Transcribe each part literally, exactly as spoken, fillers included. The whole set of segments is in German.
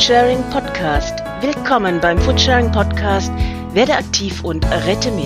Foodsharing Podcast. Willkommen beim Foodsharing Podcast. Werde aktiv und rette mit.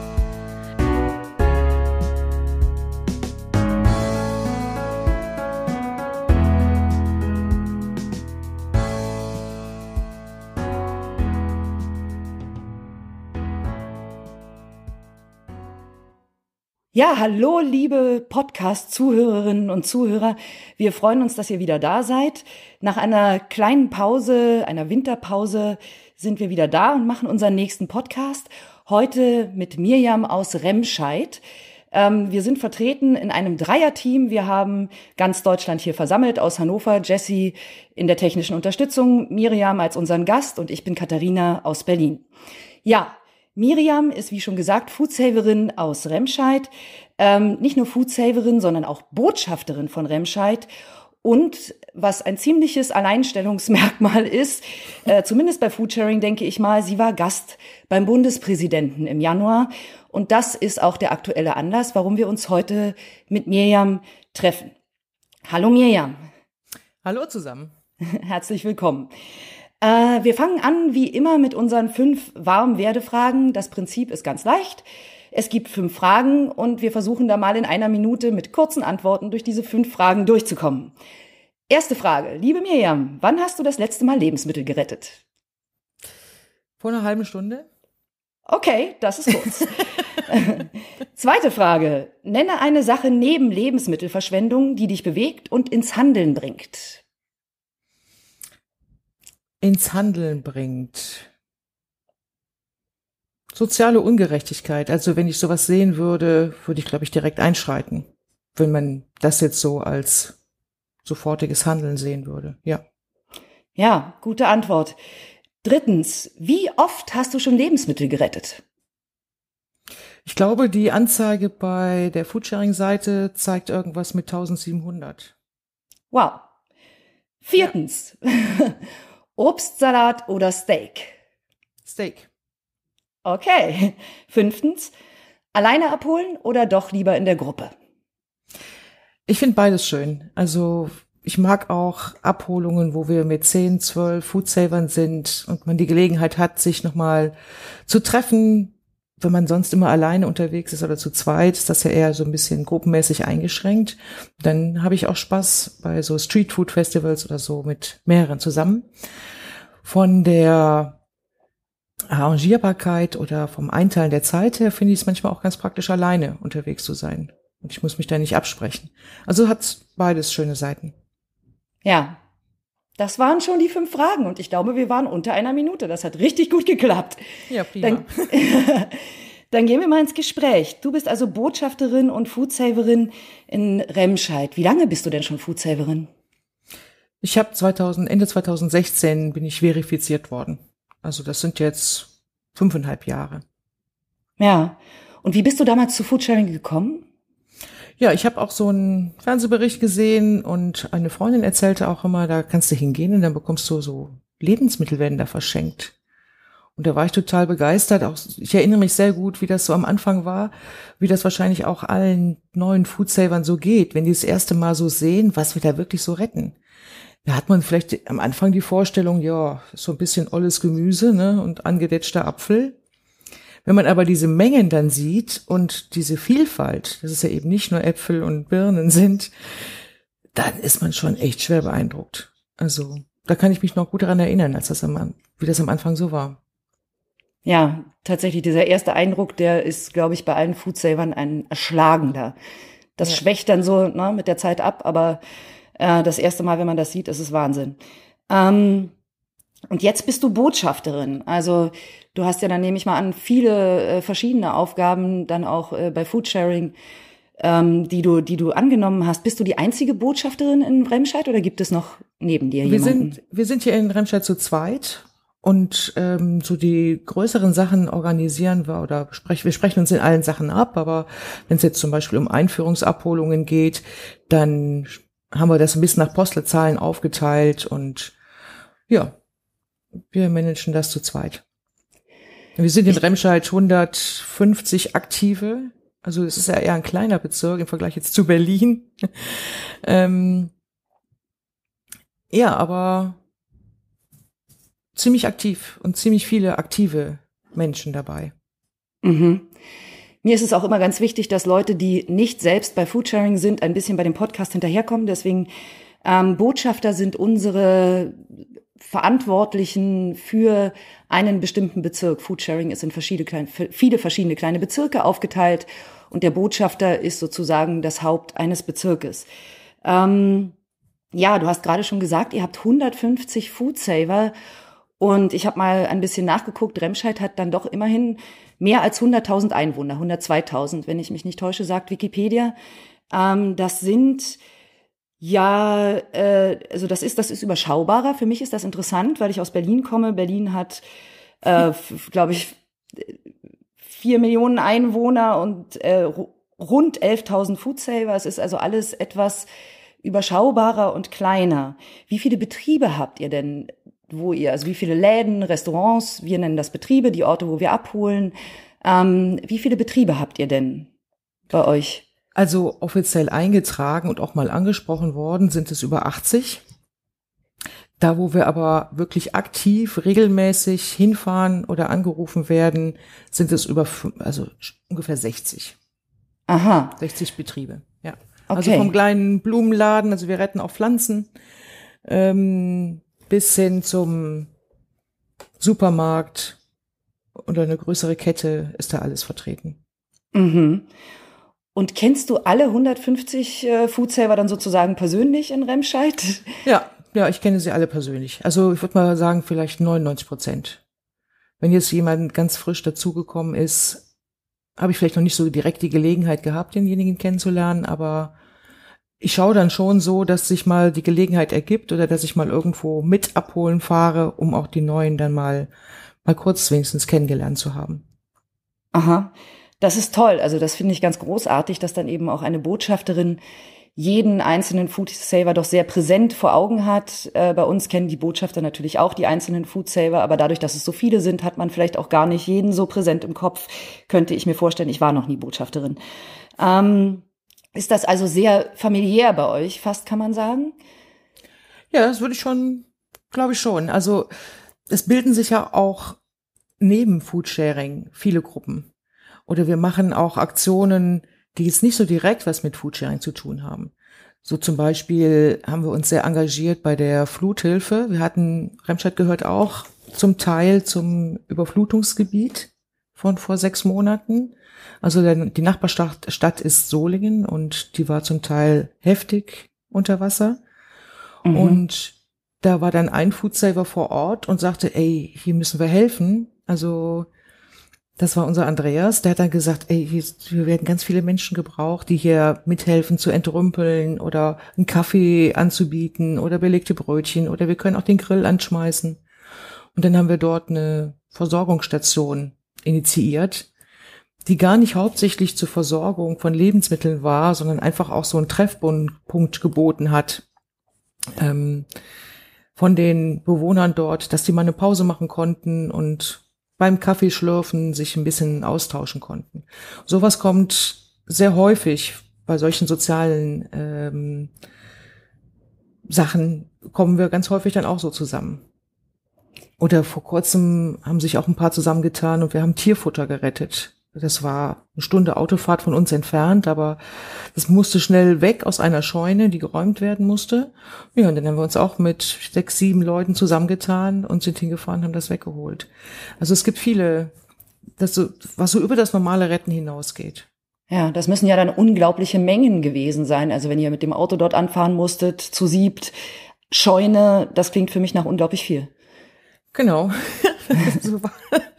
Ja, hallo liebe Podcast-Zuhörerinnen und Zuhörer. Wir freuen uns, dass ihr wieder da seid. Nach einer kleinen Pause, einer Winterpause, sind wir wieder da und machen unseren nächsten Podcast. Heute mit Mirjam aus Remscheid. Ähm, wir sind vertreten in einem Dreierteam. Wir haben ganz Deutschland hier versammelt, aus Hannover, Jessie in der technischen Unterstützung, Mirjam als unseren Gast und ich bin Katharina aus Berlin. Ja, Mirjam ist, wie schon gesagt, Foodsaverin aus Remscheid. Ähm, nicht nur Foodsaverin, sondern auch Botschafterin von Remscheid. Und was ein ziemliches Alleinstellungsmerkmal ist, äh, zumindest bei Foodsharing denke ich mal, sie war Gast beim Bundespräsidenten im Januar. Und das ist auch der aktuelle Anlass, warum wir uns heute mit Mirjam treffen. Hallo Mirjam. Hallo zusammen. Herzlich willkommen. Wir fangen an, wie immer, mit unseren fünf Warm-Werde-Fragen. Das Prinzip ist ganz leicht. Es gibt fünf Fragen und wir versuchen da mal in einer Minute mit kurzen Antworten durch diese fünf Fragen durchzukommen. Erste Frage. Liebe Mirjam, wann hast du das letzte Mal Lebensmittel gerettet? Vor einer halben Stunde. Okay, das ist kurz. Zweite Frage. Nenne eine Sache neben Lebensmittelverschwendung, die dich bewegt und ins Handeln bringt. ins Handeln bringt. Soziale Ungerechtigkeit. Also wenn ich sowas sehen würde, würde ich, glaube ich, direkt einschreiten, wenn man das jetzt so als sofortiges Handeln sehen würde. Ja. Ja, gute Antwort. Drittens, wie oft hast du schon Lebensmittel gerettet? Ich glaube, die Anzeige bei der Foodsharing-Seite zeigt irgendwas mit eintausendsiebenhundert. Wow. Viertens. Ja. Obstsalat oder Steak? Steak. Okay. Fünftens. Alleine abholen oder doch lieber in der Gruppe? Ich finde beides schön. Also ich mag auch Abholungen, wo wir mit zehn, zwölf Foodsavern sind und man die Gelegenheit hat, sich nochmal zu treffen. Wenn man sonst immer alleine unterwegs ist oder zu zweit, ist das ja eher so ein bisschen gruppenmäßig eingeschränkt. Dann habe ich auch Spaß bei so Streetfood-Festivals oder so mit mehreren zusammen. Von der Arrangierbarkeit oder vom Einteilen der Zeit her finde ich es manchmal auch ganz praktisch, alleine unterwegs zu sein. Und ich muss mich da nicht absprechen. Also hat beides schöne Seiten. Ja, das waren schon die fünf Fragen und ich glaube, wir waren unter einer Minute. Das hat richtig gut geklappt. Ja, prima. Dann, dann gehen wir mal ins Gespräch. Du bist also Botschafterin und Foodsaverin in Remscheid. Wie lange bist du denn schon Foodsaverin? Ich habe zweitausend, Ende zweitausendsechzehn bin ich verifiziert worden. Also das sind jetzt fünfeinhalb Jahre. Ja. Und wie bist du damals zu Foodsharing gekommen? Ja, ich habe auch so einen Fernsehbericht gesehen und eine Freundin erzählte auch immer, da kannst du hingehen und dann bekommst du so Lebensmittel werden da verschenkt. Und da war ich total begeistert. Auch ich erinnere mich sehr gut, wie das so am Anfang war, wie das wahrscheinlich auch allen neuen Foodsavern so geht, wenn die das erste Mal so sehen, was wir da wirklich so retten. Da hat man vielleicht am Anfang die Vorstellung, ja, so ein bisschen olles Gemüse, ne, und angedetschter Apfel. Wenn man aber diese Mengen dann sieht und diese Vielfalt, dass es ja eben nicht nur Äpfel und Birnen sind, dann ist man schon echt schwer beeindruckt. Also da kann ich mich noch gut daran erinnern, als das am, wie das am Anfang so war. Ja, tatsächlich, dieser erste Eindruck, der ist, glaube ich, bei allen Foodsavern ein erschlagender. Das ja. schwächt dann so ne, mit der Zeit ab, aber äh, das erste Mal, wenn man das sieht, ist es Wahnsinn. Ähm, und jetzt bist du Botschafterin. Also du hast ja dann, nehme ich mal an, viele äh, verschiedene Aufgaben dann auch äh, bei Foodsharing, ähm, die du, die du angenommen hast. Bist du die einzige Botschafterin in Remscheid oder gibt es noch neben dir wir jemanden? Sind, wir sind hier in Remscheid zu zweit und ähm, so die größeren Sachen organisieren wir oder besprechen. Wir sprechen uns in allen Sachen ab, aber wenn es jetzt zum Beispiel um Einführungsabholungen geht, dann haben wir das ein bisschen nach Postleitzahlen aufgeteilt und ja, wir managen das zu zweit. Wir sind in Remscheid hundertfünfzig Aktive, also es ist ja eher ein kleiner Bezirk im Vergleich jetzt zu Berlin. ähm, ja, aber ziemlich aktiv und ziemlich viele aktive Menschen dabei. Mhm. Mir ist es auch immer ganz wichtig, dass Leute, die nicht selbst bei Foodsharing sind, ein bisschen bei dem Podcast hinterherkommen. Deswegen ähm, Botschafter sind unsere Verantwortlichen für einen bestimmten Bezirk. Foodsharing ist in verschiedene kleine, viele verschiedene kleine Bezirke aufgeteilt und der Botschafter ist sozusagen das Haupt eines Bezirkes. Ähm, ja, du hast gerade schon gesagt, ihr habt hundertfünfzig Foodsaver und ich habe mal ein bisschen nachgeguckt. Remscheid hat dann doch immerhin mehr als hunderttausend Einwohner, hundertzweitausend, wenn ich mich nicht täusche, sagt Wikipedia. Ähm, das sind ja, äh, also das ist das ist überschaubarer. Für mich ist das interessant, weil ich aus Berlin komme. Berlin hat, äh, glaube ich, vier Millionen Einwohner und äh, rund elftausend Foodsaver. Es ist also alles etwas überschaubarer und kleiner. Wie viele Betriebe habt ihr denn, wo ihr, also wie viele Läden, Restaurants, wir nennen das Betriebe, die Orte, wo wir abholen. Ähm, wie viele Betriebe habt ihr denn bei euch? Also offiziell eingetragen und auch mal angesprochen worden sind es über achtzig. Da, wo wir aber wirklich aktiv, regelmäßig hinfahren oder angerufen werden, sind es über, also ungefähr sechzig. Aha. sechzig Betriebe, ja. Okay. Also vom kleinen Blumenladen, also wir retten auch Pflanzen, ähm, bis hin zum Supermarkt oder eine größere Kette ist da alles vertreten. Mhm. Und kennst du alle hundertfünfzig äh, Foodsaver dann sozusagen persönlich in Remscheid? Ja, ja, ich kenne sie alle persönlich. Also ich würde mal sagen, vielleicht neunundneunzig Prozent. Wenn jetzt jemand ganz frisch dazugekommen ist, habe ich vielleicht noch nicht so direkt die Gelegenheit gehabt, denjenigen kennenzulernen, aber ich schaue dann schon so, dass sich mal die Gelegenheit ergibt oder dass ich mal irgendwo mit abholen fahre, um auch die Neuen dann mal, mal kurz wenigstens kennengelernt zu haben. Aha, das ist toll. Also das finde ich ganz großartig, dass dann eben auch eine Botschafterin jeden einzelnen Foodsaver doch sehr präsent vor Augen hat. Äh, bei uns kennen die Botschafter natürlich auch die einzelnen Foodsaver, aber dadurch, dass es so viele sind, hat man vielleicht auch gar nicht jeden so präsent im Kopf, könnte ich mir vorstellen. Ich war noch nie Botschafterin. Ähm, ist das also sehr familiär bei euch, fast kann man sagen? Ja, das würde ich schon, glaube ich schon. Also es bilden sich ja auch neben Foodsharing viele Gruppen. Oder wir machen auch Aktionen, die jetzt nicht so direkt was mit Foodsharing zu tun haben. So zum Beispiel haben wir uns sehr engagiert bei der Fluthilfe. Wir hatten, Remscheid gehört auch zum Teil zum Überflutungsgebiet von vor sechs Monaten. Also der, die Nachbarstadt Stadt ist Solingen und die war zum Teil heftig unter Wasser. Mhm. Und da war dann ein Foodsaver vor Ort und sagte, ey, hier müssen wir helfen. Also das war unser Andreas, der hat dann gesagt, ey, hier, hier werden ganz viele Menschen gebraucht, die hier mithelfen zu entrümpeln oder einen Kaffee anzubieten oder belegte Brötchen oder wir können auch den Grill anschmeißen. Und dann haben wir dort eine Versorgungsstation initiiert, die gar nicht hauptsächlich zur Versorgung von Lebensmitteln war, sondern einfach auch so einen Treffpunkt geboten hat ähm, von den Bewohnern dort, dass die mal eine Pause machen konnten und beim Kaffeeschlürfen sich ein bisschen austauschen konnten. Sowas kommt sehr häufig bei solchen sozialen ähm, Sachen, kommen wir ganz häufig dann auch so zusammen. Oder vor kurzem haben sich auch ein paar zusammengetan und wir haben Tierfutter gerettet. Das war eine Stunde Autofahrt von uns entfernt, aber das musste schnell weg aus einer Scheune, die geräumt werden musste. Ja, und dann haben wir uns auch mit sechs, sieben Leuten zusammengetan und sind hingefahren und haben das weggeholt. Also es gibt viele, das so, was so über das normale Retten hinausgeht. Ja, das müssen ja dann unglaubliche Mengen gewesen sein. Also wenn ihr mit dem Auto dort anfahren musstet, zu siebt, Scheune, das klingt für mich nach unglaublich viel. Genau. so, war,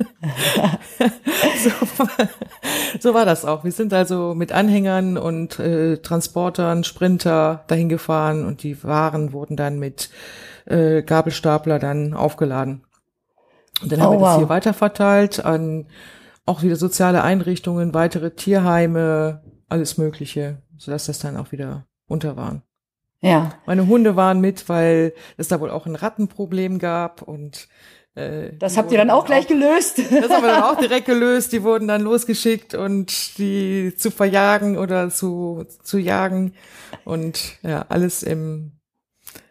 so, so war das auch. Wir sind also mit Anhängern und äh, Transportern, Sprinter dahin gefahren und die Waren wurden dann mit äh, Gabelstapler dann aufgeladen. Und dann oh, haben wir das wow. hier weiterverteilt an auch wieder soziale Einrichtungen, weitere Tierheime, alles Mögliche, sodass das dann auch wieder unter waren. Ja. Meine Hunde waren mit, weil es da wohl auch ein Rattenproblem gab und äh, das habt ihr dann auch gleich auch, gelöst? Das haben wir dann auch direkt gelöst. Die wurden dann losgeschickt und die zu verjagen oder zu zu jagen und ja, alles im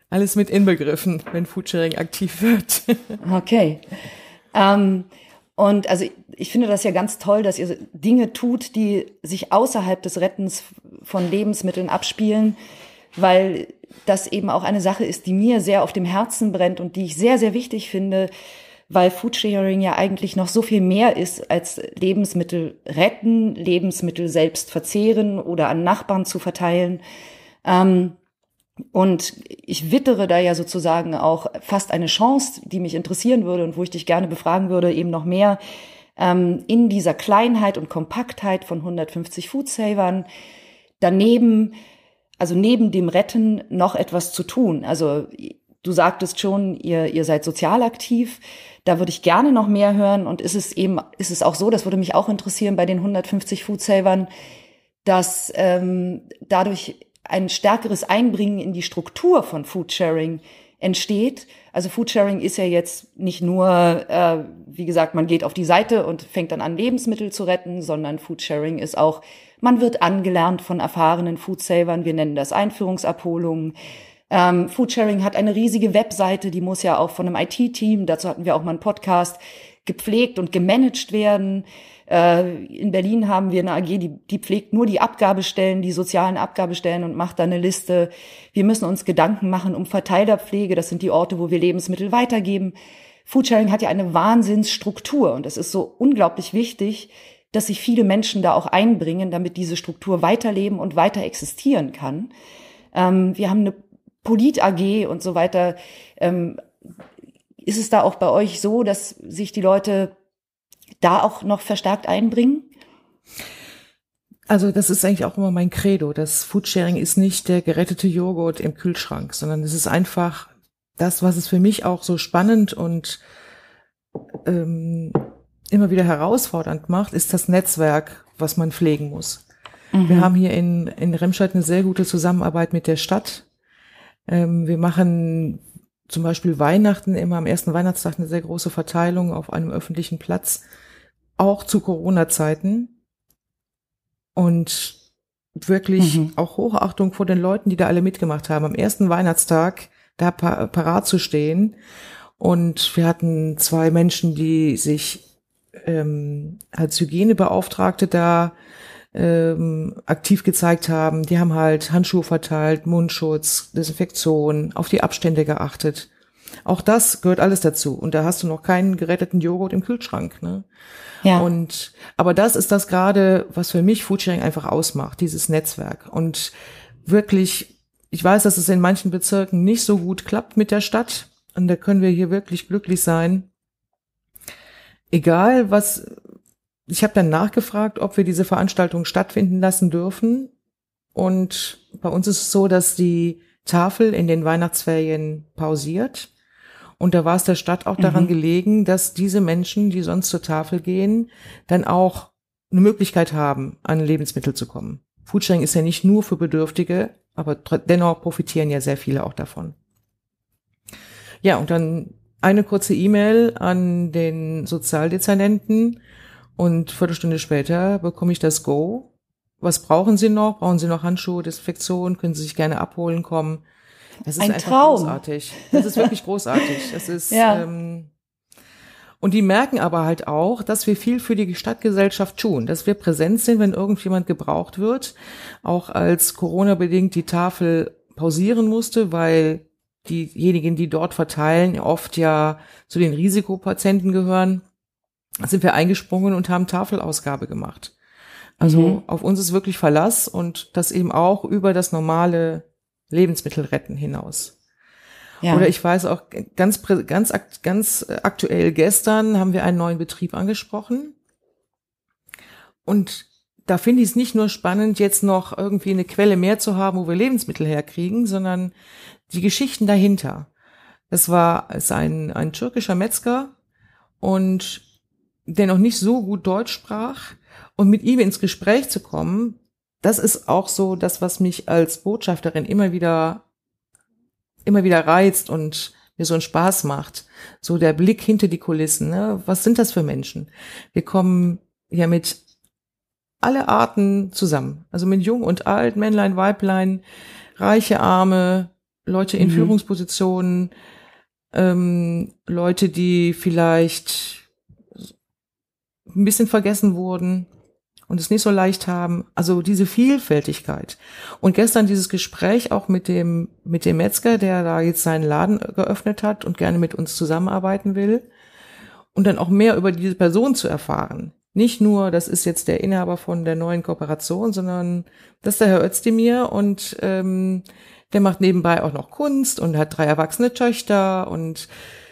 Alles mit inbegriffen, wenn Foodsharing aktiv wird. Okay. Ähm, und also ich finde das ja ganz toll, dass ihr Dinge tut, die sich außerhalb des Rettens von Lebensmitteln abspielen, weil das eben auch eine Sache ist, die mir sehr auf dem Herzen brennt und die ich sehr, sehr wichtig finde, weil Foodsharing ja eigentlich noch so viel mehr ist als Lebensmittel retten, Lebensmittel selbst verzehren oder an Nachbarn zu verteilen. Ähm, und ich wittere da ja sozusagen auch fast eine Chance, die mich interessieren würde und wo ich dich gerne befragen würde, eben noch mehr ähm, in dieser Kleinheit und Kompaktheit von hundertfünfzig Foodsavern daneben, also neben dem Retten noch etwas zu tun. Also du sagtest schon, ihr, ihr seid sozial aktiv. Da würde ich gerne noch mehr hören. Und ist es eben, ist es auch so, das würde mich auch interessieren bei den hundertfünfzig Foodsavern, dass ähm, dadurch ein stärkeres Einbringen in die Struktur von Foodsharing entsteht. Also Foodsharing ist ja jetzt nicht nur, äh, wie gesagt, man geht auf die Seite und fängt dann an, Lebensmittel zu retten, sondern Foodsharing ist auch, man wird angelernt von erfahrenen Foodsavern. Wir nennen das Einführungsabholungen. Ähm, Foodsharing hat eine riesige Webseite, die muss ja auch von einem I T-Team, dazu hatten wir auch mal einen Podcast, gepflegt und gemanagt werden. Äh, in Berlin haben wir eine A G, die, die pflegt nur die Abgabestellen, die sozialen Abgabestellen und macht da eine Liste. Wir müssen uns Gedanken machen um Verteilerpflege, das sind die Orte, wo wir Lebensmittel weitergeben. Foodsharing hat ja eine Wahnsinnsstruktur und es ist so unglaublich wichtig, dass sich viele Menschen da auch einbringen, damit diese Struktur weiterleben und weiter existieren kann. Ähm, wir haben eine Polit-A G und so weiter. Ähm, ist es da auch bei euch so, dass sich die Leute da auch noch verstärkt einbringen? Also das ist eigentlich auch immer mein Credo. Das Foodsharing ist nicht der gerettete Joghurt im Kühlschrank, sondern es ist einfach das, was es für mich auch so spannend und ähm, immer wieder herausfordernd macht, ist das Netzwerk, was man pflegen muss. Mhm. Wir haben hier in, in Remscheid eine sehr gute Zusammenarbeit mit der Stadt. Ähm, wir machen zum Beispiel Weihnachten immer am ersten Weihnachtstag eine sehr große Verteilung auf einem öffentlichen Platz, auch zu Corona-Zeiten. Und wirklich mhm. auch Hochachtung vor den Leuten, die da alle mitgemacht haben, am ersten Weihnachtstag da par- parat zu stehen. Und wir hatten zwei Menschen, die sich ähm, als Hygienebeauftragte da ähm, aktiv gezeigt haben. Die haben halt Handschuhe verteilt, Mundschutz, Desinfektion, auf die Abstände geachtet. Auch das gehört alles dazu. Und da hast du noch keinen geretteten Joghurt im Kühlschrank, ne? Ja. Und, aber das ist das gerade, was für mich Foodsharing einfach ausmacht, dieses Netzwerk. Und wirklich, ich weiß, dass es in manchen Bezirken nicht so gut klappt mit der Stadt. Und da können wir hier wirklich glücklich sein. Egal was, ich habe dann nachgefragt, ob wir diese Veranstaltung stattfinden lassen dürfen. Und bei uns ist es so, dass die Tafel in den Weihnachtsferien pausiert. Und da war es der Stadt auch daran mhm. gelegen, dass diese Menschen, die sonst zur Tafel gehen, dann auch eine Möglichkeit haben, an Lebensmittel zu kommen. Foodsharing ist ja nicht nur für Bedürftige, aber dennoch profitieren ja sehr viele auch davon. Ja, und dann eine kurze E-Mail an den Sozialdezernenten und Viertelstunde später bekomme ich das Go. Was brauchen Sie noch? Brauchen Sie noch Handschuhe, Desinfektion? Können Sie sich gerne abholen kommen? Das ist ein einfach Traum. Großartig. Das ist wirklich großartig. Das ist ja. ähm, und die merken aber halt auch, dass wir viel für die Stadtgesellschaft tun, dass wir präsent sind, wenn irgendjemand gebraucht wird. Auch als Corona-bedingt die Tafel pausieren musste, weil diejenigen, die dort verteilen, oft ja zu den Risikopatienten gehören, sind wir eingesprungen und haben Tafelausgabe gemacht. Also mhm. auf uns ist wirklich Verlass und das eben auch über das normale Lebensmittelretten hinaus. Ja. Oder ich weiß auch, ganz, ganz, ganz aktuell gestern haben wir einen neuen Betrieb angesprochen. Und da finde ich es nicht nur spannend, jetzt noch irgendwie eine Quelle mehr zu haben, wo wir Lebensmittel herkriegen, sondern die Geschichten dahinter. Das war es ein, ein türkischer Metzger und der noch nicht so gut Deutsch sprach. Und mit ihm ins Gespräch zu kommen, das ist auch so das, was mich als Botschafterin immer wieder, immer wieder reizt und mir so einen Spaß macht. So der Blick hinter die Kulissen, ne? Was sind das für Menschen? Wir kommen ja mit alle Arten zusammen. Also mit Jung und Alt, Männlein, Weiblein, reiche, Arme, Leute in mhm. Führungspositionen, ähm, Leute, die vielleicht ein bisschen vergessen wurden und es nicht so leicht haben. Also diese Vielfältigkeit. Und gestern dieses Gespräch auch mit dem mit dem Metzger, der da jetzt seinen Laden geöffnet hat und gerne mit uns zusammenarbeiten will. Und dann auch mehr über diese Person zu erfahren. Nicht nur, das ist jetzt der Inhaber von der neuen Kooperation, sondern das ist der Herr Özdemir und ähm, der macht nebenbei auch noch Kunst und hat drei erwachsene Töchter und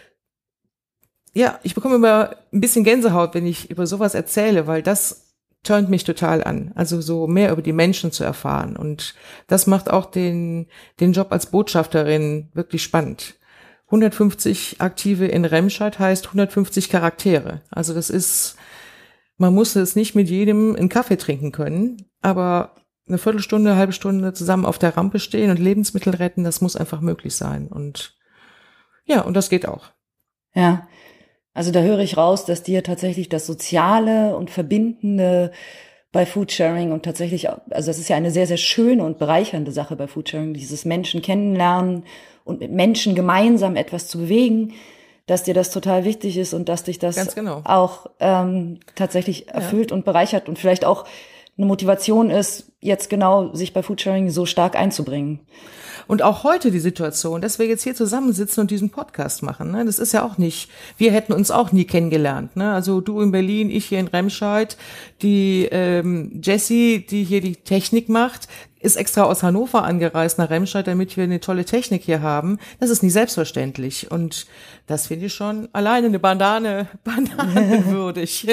ja, ich bekomme immer ein bisschen Gänsehaut, wenn ich über sowas erzähle, weil das turnt mich total an. Also so mehr über die Menschen zu erfahren. Und das macht auch den, den Job als Botschafterin wirklich spannend. hundertfünfzig Aktive in Remscheid heißt hundertfünfzig Charaktere. Also das ist, man muss es nicht mit jedem einen Kaffee trinken können, aber eine Viertelstunde, eine halbe Stunde zusammen auf der Rampe stehen und Lebensmittel retten, das muss einfach möglich sein. Und ja, und das geht auch. Ja. Also da höre ich raus, dass dir tatsächlich das Soziale und Verbindende bei Foodsharing und tatsächlich, also das ist ja eine sehr, sehr schöne und bereichernde Sache bei Foodsharing, dieses Menschen kennenlernen und mit Menschen gemeinsam etwas zu bewegen, dass dir das total wichtig ist und dass dich das Ganz genau. auch ähm, tatsächlich erfüllt ja. und bereichert und vielleicht auch eine Motivation ist, jetzt genau sich bei Foodsharing so stark einzubringen. Und auch heute die Situation, dass wir jetzt hier zusammensitzen und diesen Podcast machen, ne? Das ist ja auch nicht, wir hätten uns auch nie kennengelernt, ne? Also du in Berlin, ich hier in Remscheid, die ähm, Jessie, die hier die Technik macht, ist extra aus Hannover angereist nach Remscheid, damit wir eine tolle Technik hier haben. Das ist nicht selbstverständlich und das finde ich schon alleine eine Banane, bananenwürdig.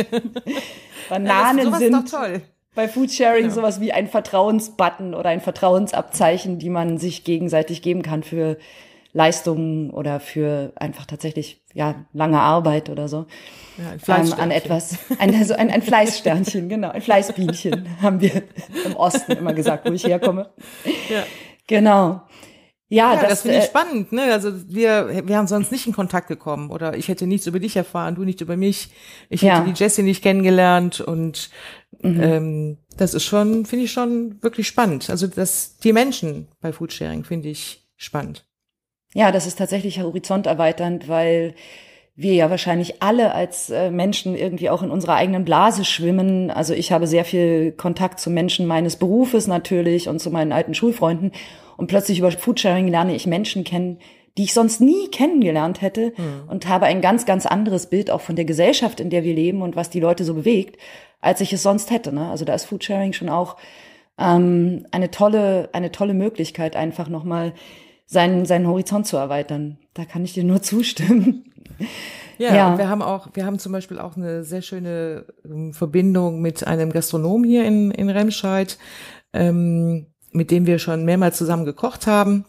Bananen ja, sind doch toll. Bei Foodsharing genau. sowas wie ein Vertrauensbutton oder ein Vertrauensabzeichen, die man sich gegenseitig geben kann für Leistungen oder für einfach tatsächlich ja lange Arbeit oder so. Ja, ein Fleißsternchen. Ähm, an etwas, ein, also ein, ein Fleißsternchen, genau, ein Fleißbienchen, haben wir im Osten immer gesagt, wo ich herkomme. Ja. Genau. Ja, ja, das, das finde ich äh, spannend, ne? Also wir wir haben sonst nicht in Kontakt gekommen oder ich hätte nichts über dich erfahren, du nicht über mich. Ich hätte ja. die Jessie nicht kennengelernt und Mhm. ähm, das ist schon, finde ich schon wirklich spannend. Also das, die Menschen bei Foodsharing finde ich spannend. Ja, das ist tatsächlich horizonterweiternd, weil wir ja wahrscheinlich alle als äh, Menschen irgendwie auch in unserer eigenen Blase schwimmen. Also ich habe sehr viel Kontakt zu Menschen meines Berufes natürlich und zu meinen alten Schulfreunden. Und plötzlich über Foodsharing lerne ich Menschen kennen, die ich sonst nie kennengelernt hätte mhm. und habe ein ganz, ganz anderes Bild auch von der Gesellschaft, in der wir leben und was die Leute so bewegt, als ich es sonst hätte. Ne? Also da ist Foodsharing schon auch ähm, eine tolle, eine tolle Möglichkeit, einfach nochmal seinen, seinen Horizont zu erweitern. Da kann ich dir nur zustimmen. Ja, ja. Und wir haben auch, wir haben zum Beispiel auch eine sehr schöne ähm, Verbindung mit einem Gastronom hier in, in Remscheid, ähm, mit dem wir schon mehrmals zusammen gekocht haben.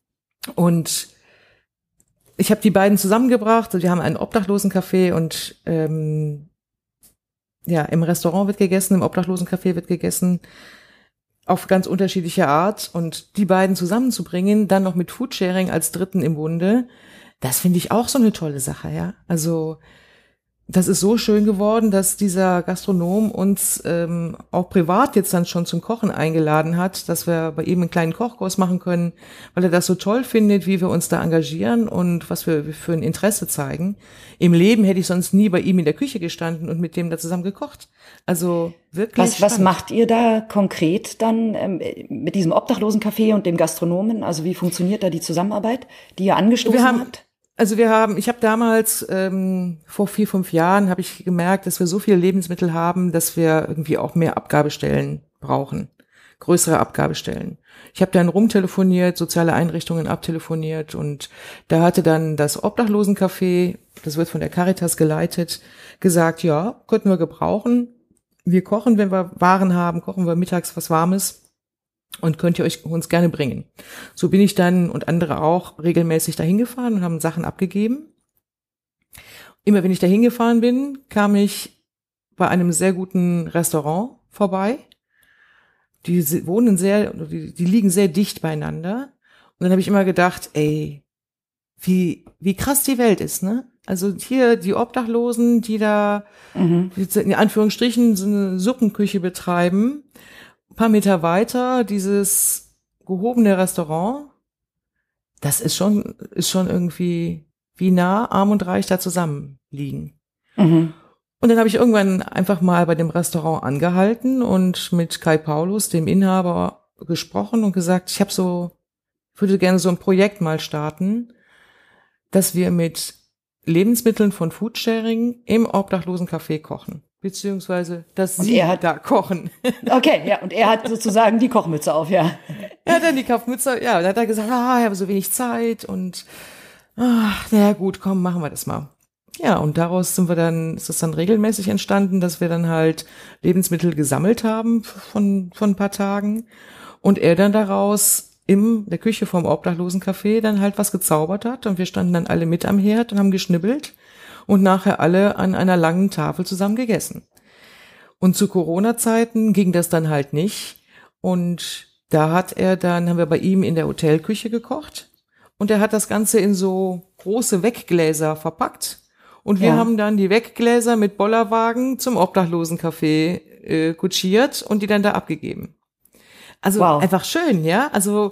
Und ich habe die beiden zusammengebracht. Wir haben einen Obdachlosencafé und ähm, ja, im Restaurant wird gegessen, im Obdachlosencafé wird gegessen, auf ganz unterschiedliche Art. Und die beiden zusammenzubringen, dann noch mit Foodsharing als Dritten im Bunde, das finde ich auch so eine tolle Sache, ja. Also das ist so schön geworden, dass dieser Gastronom uns ähm, auch privat jetzt dann schon zum Kochen eingeladen hat, dass wir bei ihm einen kleinen Kochkurs machen können, weil er das so toll findet, wie wir uns da engagieren und was wir für ein Interesse zeigen. Im Leben hätte ich sonst nie bei ihm in der Küche gestanden und mit dem da zusammen gekocht. Also wirklich Was, was spannend. macht ihr da konkret dann ähm, mit diesem Obdachlosencafé und dem Gastronomen? Also wie funktioniert da die Zusammenarbeit, die ihr angestoßen Wir haben, habt? Also wir haben, ich habe damals ähm, vor vier, fünf Jahren habe ich gemerkt, dass wir so viele Lebensmittel haben, dass wir irgendwie auch mehr Abgabestellen brauchen, größere Abgabestellen. Ich habe dann rumtelefoniert, soziale Einrichtungen abtelefoniert und da hatte dann das Obdachlosencafé, das wird von der Caritas geleitet, gesagt, ja, könnten wir gebrauchen. Wir kochen, wenn wir Waren haben, kochen wir mittags was Warmes. Und könnt ihr euch uns gerne bringen. So bin ich dann und andere auch regelmäßig dahin gefahren und haben Sachen abgegeben. Immer wenn ich dahin gefahren bin, kam ich bei einem sehr guten Restaurant vorbei. Die wohnen sehr, die, die liegen sehr dicht beieinander. Und dann habe ich immer gedacht, ey, wie wie krass die Welt ist, ne? Also hier die Obdachlosen, die da mhm. in Anführungsstrichen so eine Suppenküche betreiben. Ein paar Meter weiter dieses gehobene Restaurant, das ist schon, ist schon irgendwie, wie nah Arm und Reich da zusammen liegen. Mhm. Und dann habe ich irgendwann einfach mal bei dem Restaurant angehalten und mit Kai Paulus, dem Inhaber, gesprochen und gesagt, ich habe so, würde gerne so ein Projekt mal starten, dass wir mit Lebensmitteln von Foodsharing im Obdachlosencafé kochen, beziehungsweise dass Und sie er hat- da kochen. Okay, ja, und er hat sozusagen die Kochmütze auf, ja. Er hat dann die Kaufmütze, ja, da hat er gesagt, ah, ich habe so wenig Zeit und ach, na ja, gut, komm, machen wir das mal. Ja, und daraus sind wir dann, ist es dann regelmäßig entstanden, dass wir dann halt Lebensmittel gesammelt haben von, von ein paar Tagen und er dann daraus in der Küche vom Obdachlosencafé dann halt was gezaubert hat und wir standen dann alle mit am Herd und haben geschnibbelt und nachher alle an einer langen Tafel zusammen gegessen. Und zu Corona-Zeiten ging das dann halt nicht und da hat er dann, haben wir bei ihm in der Hotelküche gekocht und er hat das Ganze in so große Weggläser verpackt. Und wir Ja. haben dann die Weggläser mit Bollerwagen zum Obdachlosencafé äh, kutschiert und die dann da abgegeben. Also Wow. einfach schön, ja. Also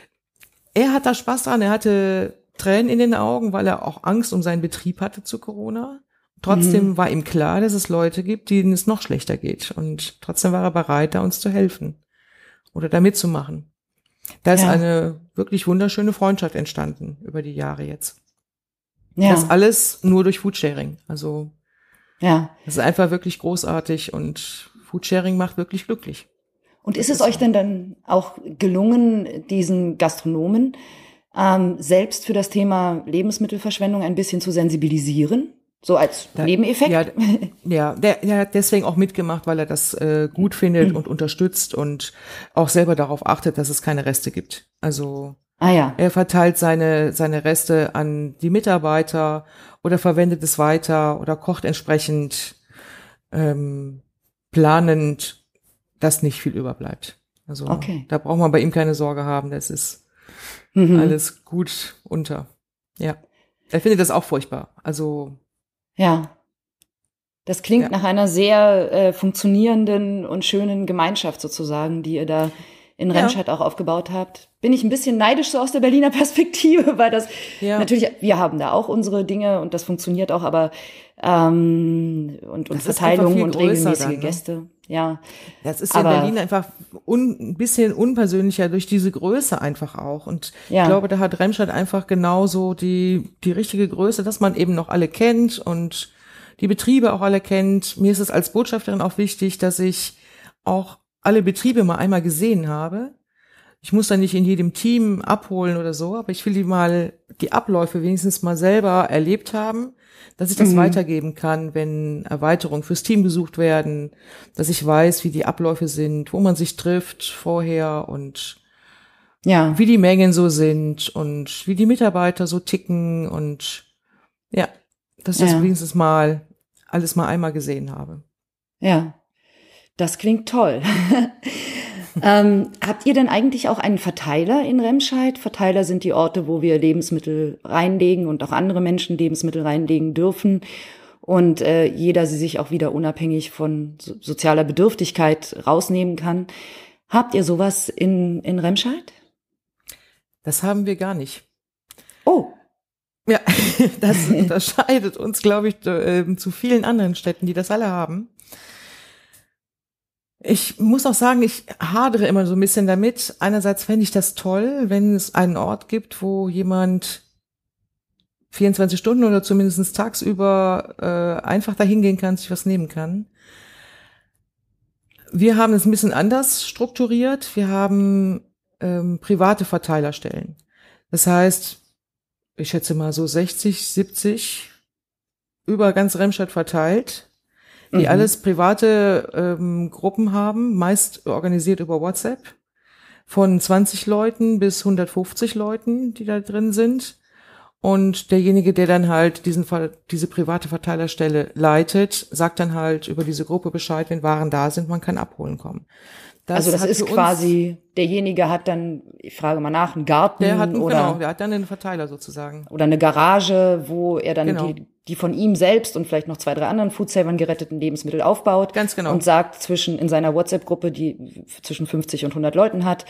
er hat da Spaß dran. Er hatte Tränen in den Augen, weil er auch Angst um seinen Betrieb hatte zu Corona. Trotzdem Mhm. war ihm klar, dass es Leute gibt, denen es noch schlechter geht. Und trotzdem war er bereit, da uns zu helfen oder da mitzumachen. Da ist Ja. eine wirklich wunderschöne Freundschaft entstanden über die Jahre jetzt. Ja, Das alles nur durch Foodsharing. Also ja. das ist einfach wirklich großartig und Foodsharing macht wirklich glücklich. Und ist es euch denn dann auch gelungen, diesen Gastronomen ähm, selbst für das Thema Lebensmittelverschwendung ein bisschen zu sensibilisieren? So als Da- Nebeneffekt? Ja, ja, der, der hat deswegen auch mitgemacht, weil er das äh, gut findet und unterstützt und auch selber darauf achtet, dass es keine Reste gibt. Also Ah ja. er verteilt seine, seine Reste an die Mitarbeiter oder verwendet es weiter oder kocht entsprechend ähm, planend, dass nicht viel überbleibt. Also Okay. da braucht man bei ihm keine Sorge haben, das ist Mhm. alles gut unter. Ja, er findet das auch furchtbar. Also Ja. Das klingt Ja. nach einer sehr äh, funktionierenden und schönen Gemeinschaft sozusagen, die ihr da in Ja. Remscheid auch aufgebaut habt. Bin ich ein bisschen neidisch so aus der Berliner Perspektive, weil das Ja. natürlich, wir haben da auch unsere Dinge und das funktioniert auch, aber ähm, und, und Das ist einfach Verteilung viel und größer regelmäßige dann, ne? Gäste. Ja. das ist in Aber- Berlin einfach un, ein bisschen unpersönlicher durch diese Größe einfach auch. Und Ja. ich glaube, da hat Remscheid einfach genauso die, die richtige Größe, dass man eben noch alle kennt und die Betriebe auch alle kennt. Mir ist es als Botschafterin auch wichtig, dass ich auch alle Betriebe mal einmal gesehen habe. Ich muss da nicht in jedem Team abholen oder so, aber ich will die mal, die Abläufe wenigstens mal selber erlebt haben, dass ich das Mhm. weitergeben kann, wenn Erweiterungen fürs Team gesucht werden, dass ich weiß, wie die Abläufe sind, wo man sich trifft vorher und Ja. wie die Mengen so sind und wie die Mitarbeiter so ticken und ja, dass ich Ja. das wenigstens mal alles mal einmal gesehen habe. Ja, das klingt toll. ähm, habt ihr denn eigentlich auch einen Verteiler in Remscheid? Verteiler sind die Orte, wo wir Lebensmittel reinlegen und auch andere Menschen Lebensmittel reinlegen dürfen und äh, jeder sie sich auch wieder unabhängig von so- sozialer Bedürftigkeit rausnehmen kann. Habt ihr sowas in, in Remscheid? Das haben wir gar nicht. Oh, Ja, das unterscheidet uns, glaube ich, äh, zu vielen anderen Städten, die das alle haben. Ich muss auch sagen, ich hadere immer so ein bisschen damit. Einerseits fände ich das toll, wenn es einen Ort gibt, wo jemand vierundzwanzig Stunden oder zumindest tagsüber äh, einfach dahin gehen kann, sich was nehmen kann. Wir haben es ein bisschen anders strukturiert. Wir haben ähm, private Verteilerstellen. Das heißt, ich schätze mal so sechzig, siebzig über ganz Remscheid verteilt, die Mhm. alles private ähm, Gruppen haben, meist organisiert über WhatsApp, von zwanzig Leuten bis hundertfünfzig Leuten, die da drin sind. Und derjenige, der dann halt diesen Ver- diese private Verteilerstelle leitet, sagt dann halt über diese Gruppe Bescheid, wenn Waren da sind, man kann abholen kommen. also das hat ist für uns- quasi, derjenige hat dann, ich frage mal nach, einen Garten der hat, einen- oder genau, der hat dann einen Verteiler sozusagen. oder eine Garage, wo er dann Genau. die, die von ihm selbst und vielleicht noch zwei, drei anderen Foodsavern geretteten Lebensmittel aufbaut. Ganz genau. Und sagt zwischen, in seiner WhatsApp-Gruppe, die zwischen fünfzig und hundert Leuten hat,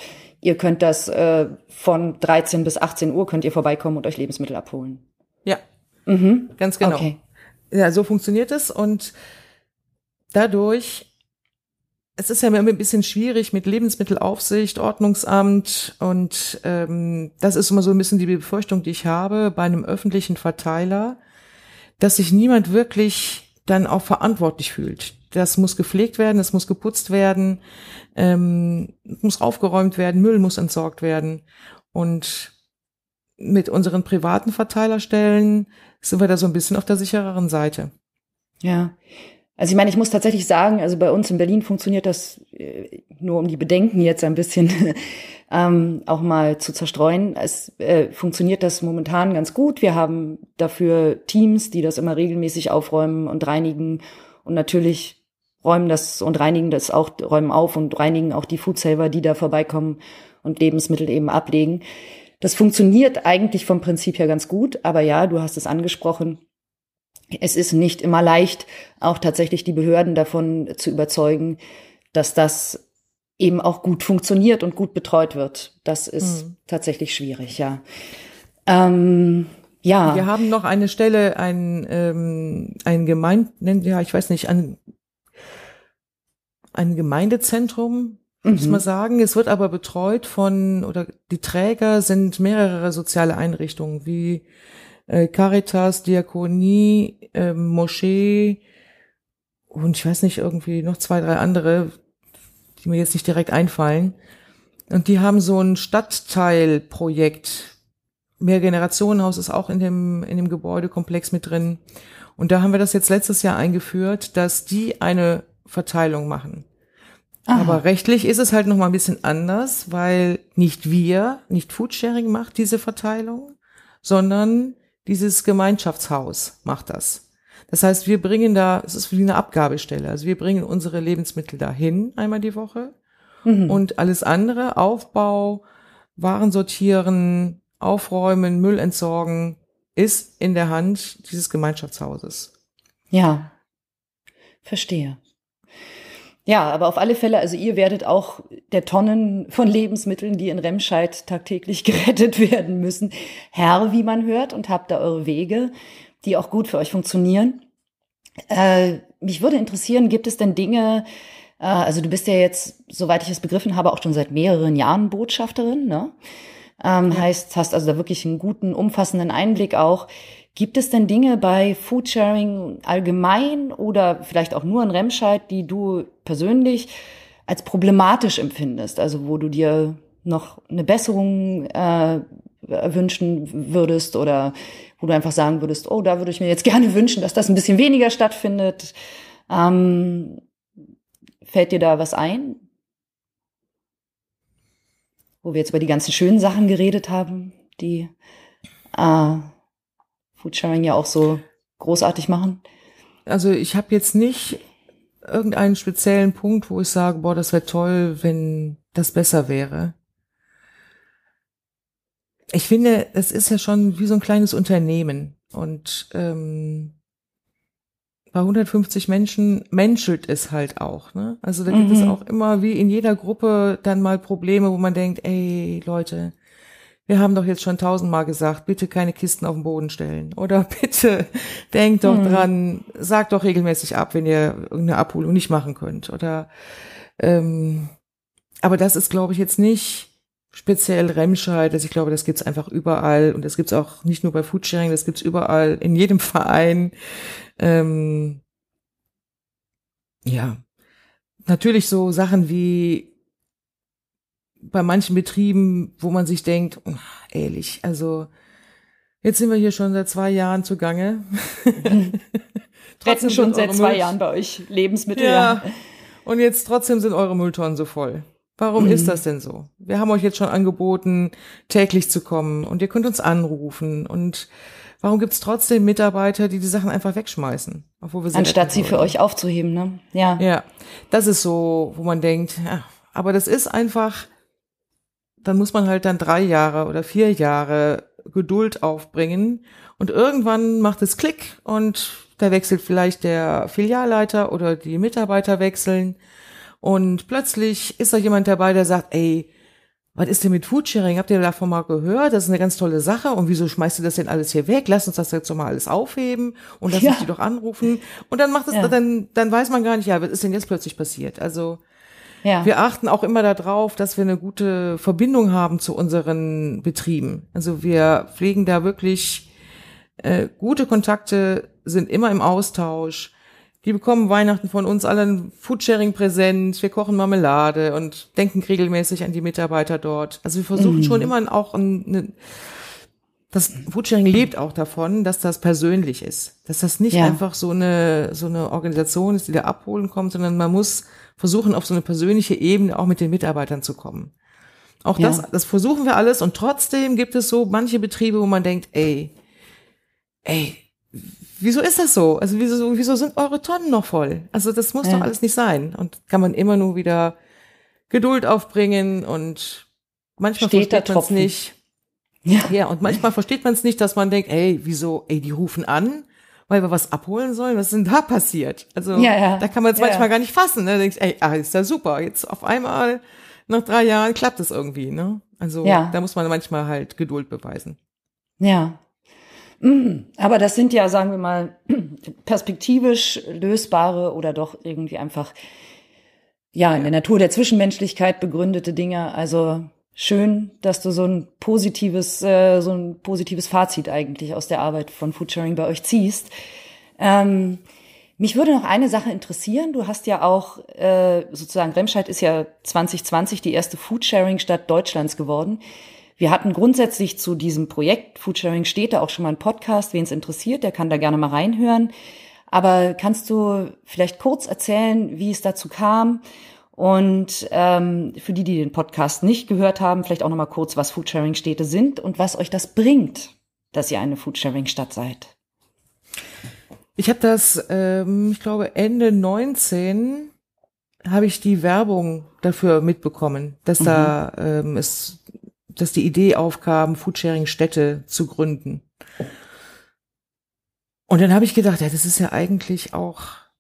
ihr könnt das äh, von dreizehn bis achtzehn Uhr könnt ihr vorbeikommen und euch Lebensmittel abholen. Ja, mhm. Ganz genau. Okay. Ja, so funktioniert es und dadurch, es ist ja immer ein bisschen schwierig mit Lebensmittelaufsicht, Ordnungsamt und ähm, das ist immer so ein bisschen die Befürchtung, die ich habe bei einem öffentlichen Verteiler, dass sich niemand wirklich dann auch verantwortlich fühlt. Das muss gepflegt werden, es muss geputzt werden, ähm, muss aufgeräumt werden, Müll muss entsorgt werden. Und mit unseren privaten Verteilerstellen sind wir da so ein bisschen auf der sichereren Seite. Ja, also ich meine, ich muss tatsächlich sagen, also bei uns in Berlin funktioniert das, äh, nur um die Bedenken jetzt ein bisschen ähm, auch mal zu zerstreuen, es äh, funktioniert das momentan ganz gut. Wir haben dafür Teams, die das immer regelmäßig aufräumen und reinigen und natürlich räumen das und reinigen das auch, räumen auf und reinigen auch die Foodsaver, die da vorbeikommen und Lebensmittel eben ablegen. Das funktioniert eigentlich vom Prinzip her ganz gut, aber ja, du hast es angesprochen, es ist nicht immer leicht, auch tatsächlich die Behörden davon zu überzeugen, dass das eben auch gut funktioniert und gut betreut wird. Das ist hm. tatsächlich schwierig, ja. Ähm, ja. Wir haben noch eine Stelle, ein, ähm, ein Gemeinde, ja, ich weiß nicht, ein, ein Gemeindezentrum, muss mhm. man sagen. Es wird aber betreut von, oder die Träger sind mehrere soziale Einrichtungen, wie äh, Caritas, Diakonie, äh, Moschee und ich weiß nicht, irgendwie noch zwei, drei andere, die mir jetzt nicht direkt einfallen. Und die haben so ein Stadtteilprojekt. Mehrgenerationenhaus ist auch in dem, in dem Gebäudekomplex mit drin. Und da haben wir das jetzt letztes Jahr eingeführt, dass die eine Verteilung machen. Aha. Aber rechtlich ist es halt noch mal ein bisschen anders, weil nicht wir, nicht Foodsharing macht diese Verteilung, sondern dieses Gemeinschaftshaus macht das. Das heißt, wir bringen da, es ist wie eine Abgabestelle, also wir bringen unsere Lebensmittel dahin einmal die Woche mhm. und alles andere, Aufbau, Waren sortieren, aufräumen, Müll entsorgen, ist in der Hand dieses Gemeinschaftshauses. Ja, verstehe. Ja, aber auf alle Fälle, also ihr werdet auch der Tonnen von Lebensmitteln, die in Remscheid tagtäglich gerettet werden müssen, Herr, wie man hört, und habt da eure Wege, die auch gut für euch funktionieren. Äh, mich würde interessieren, gibt es denn Dinge, äh, also du bist ja jetzt, soweit ich es begriffen habe, auch schon seit mehreren Jahren Botschafterin, ne? Ähm, ja. Heißt, hast also da wirklich einen guten, umfassenden Einblick auch. Gibt es denn Dinge bei Foodsharing allgemein oder vielleicht auch nur in Remscheid, die du persönlich als problematisch empfindest? Also wo du dir noch eine Besserung äh, wünschen würdest oder wo du einfach sagen würdest, oh, da würde ich mir jetzt gerne wünschen, dass das ein bisschen weniger stattfindet. Ähm, fällt dir da was ein? Wo wir jetzt über die ganzen schönen Sachen geredet haben, die äh, Foodsharing ja auch so großartig machen? Also ich habe jetzt nicht irgendeinen speziellen Punkt, wo ich sage, boah, das wäre toll, wenn das besser wäre. Ich finde, es ist ja schon wie so ein kleines Unternehmen und ähm, bei hundertfünfzig Menschen menschelt es halt auch, ne? Also da gibt mhm. es auch immer wie in jeder Gruppe dann mal Probleme, wo man denkt, ey Leute, wir haben doch jetzt schon tausendmal gesagt, bitte keine Kisten auf den Boden stellen. Oder bitte denkt doch mhm. dran, sagt doch regelmäßig ab, wenn ihr irgendeine Abholung nicht machen könnt. Oder ähm, aber das ist, glaube ich, jetzt nicht speziell Remscheid. Also ich glaube, das gibt's einfach überall. Und das gibt's auch nicht nur bei Foodsharing, das gibt's überall, in jedem Verein. Ähm, ja, natürlich so Sachen wie bei manchen Betrieben, wo man sich denkt, oh, ehrlich, also jetzt sind wir hier schon seit zwei Jahren zugange. Trotzdem schon seit zwei Müll- Jahren bei euch Lebensmittel. Ja. ja. Und jetzt trotzdem sind eure Mülltonnen so voll. Warum mhm. ist das denn so? Wir haben euch jetzt schon angeboten, täglich zu kommen und ihr könnt uns anrufen. Und warum gibt es trotzdem Mitarbeiter, die die Sachen einfach wegschmeißen? Obwohl wir sie Anstatt sie für euch aufzuheben, ne? Ja. Ja, das ist so, wo man denkt, ja, aber das ist einfach, dann muss man halt dann drei Jahre oder vier Jahre Geduld aufbringen und irgendwann macht es Klick und da wechselt vielleicht der Filialleiter oder die Mitarbeiter wechseln und plötzlich ist da jemand dabei, der sagt, ey, was ist denn mit Foodsharing? Habt ihr davon mal gehört? Das ist eine ganz tolle Sache. Und wieso schmeißt ihr das denn alles hier weg? Lass uns das jetzt doch mal alles aufheben und lass Ja. uns die doch anrufen. Und dann macht es, Ja. dann, dann weiß man gar nicht, ja, was ist denn jetzt plötzlich passiert? Also, Ja. wir achten auch immer darauf, dass wir eine gute Verbindung haben zu unseren Betrieben. Also wir pflegen da wirklich äh, gute Kontakte, sind immer im Austausch. Die bekommen Weihnachten von uns alle ein Foodsharing-Präsent. Wir kochen Marmelade und denken regelmäßig an die Mitarbeiter dort. Also wir versuchen Mhm. schon immer auch eine, das Foodsharing lebt auch davon, dass das persönlich ist. Dass das nicht Ja. einfach so eine, so eine Organisation ist, die da abholen kommt, sondern man muss versuchen, auf so eine persönliche Ebene auch mit den Mitarbeitern zu kommen. Auch Ja. das, das versuchen wir alles und trotzdem gibt es so manche Betriebe, wo man denkt, ey, ey, wieso ist das so? Also wieso, wieso sind eure Tonnen noch voll? Also das muss Ja. doch alles nicht sein. Und kann man immer nur wieder Geduld aufbringen und manchmal Steter versteht man es Tropfen. nicht. Ja. Ja, und manchmal versteht man es nicht, dass man denkt, ey, wieso, ey, die rufen an, weil wir was abholen sollen. Was ist denn da passiert? Also Ja, ja. da kann man es Ja. manchmal gar nicht fassen. Ne? Da denkst, ey, ah, ist ja super. Jetzt auf einmal nach drei Jahren klappt es irgendwie. Ne? Also Ja. da muss man manchmal halt Geduld beweisen. Ja. Mhm. Aber das sind ja, sagen wir mal, perspektivisch lösbare oder doch irgendwie einfach, ja, in der Natur der Zwischenmenschlichkeit begründete Dinge. Also schön, dass du so ein positives, äh, so ein positives Fazit eigentlich aus der Arbeit von Foodsharing bei euch ziehst. Ähm, mich würde noch eine Sache interessieren. Du hast ja auch, äh, sozusagen, Remscheid ist ja zwanzig zwanzig die erste Foodsharing-Stadt Deutschlands geworden. Wir hatten grundsätzlich zu diesem Projekt Foodsharing steht da auch schon mal einen Podcast. Wen es interessiert, der kann da gerne mal reinhören. Aber kannst du vielleicht kurz erzählen, wie es dazu kam? Und ähm, für die, die den Podcast nicht gehört haben, vielleicht auch noch mal kurz, was Foodsharing-Städte sind und was euch das bringt, dass ihr eine Foodsharing-Stadt seid. Ich habe das, ähm, ich glaube, Ende neunzehn habe ich die Werbung dafür mitbekommen, dass Mhm. da ähm, es dass die Idee aufkam, Foodsharing-Städte zu gründen. Und dann habe ich gedacht, ja, das ist ja eigentlich auch,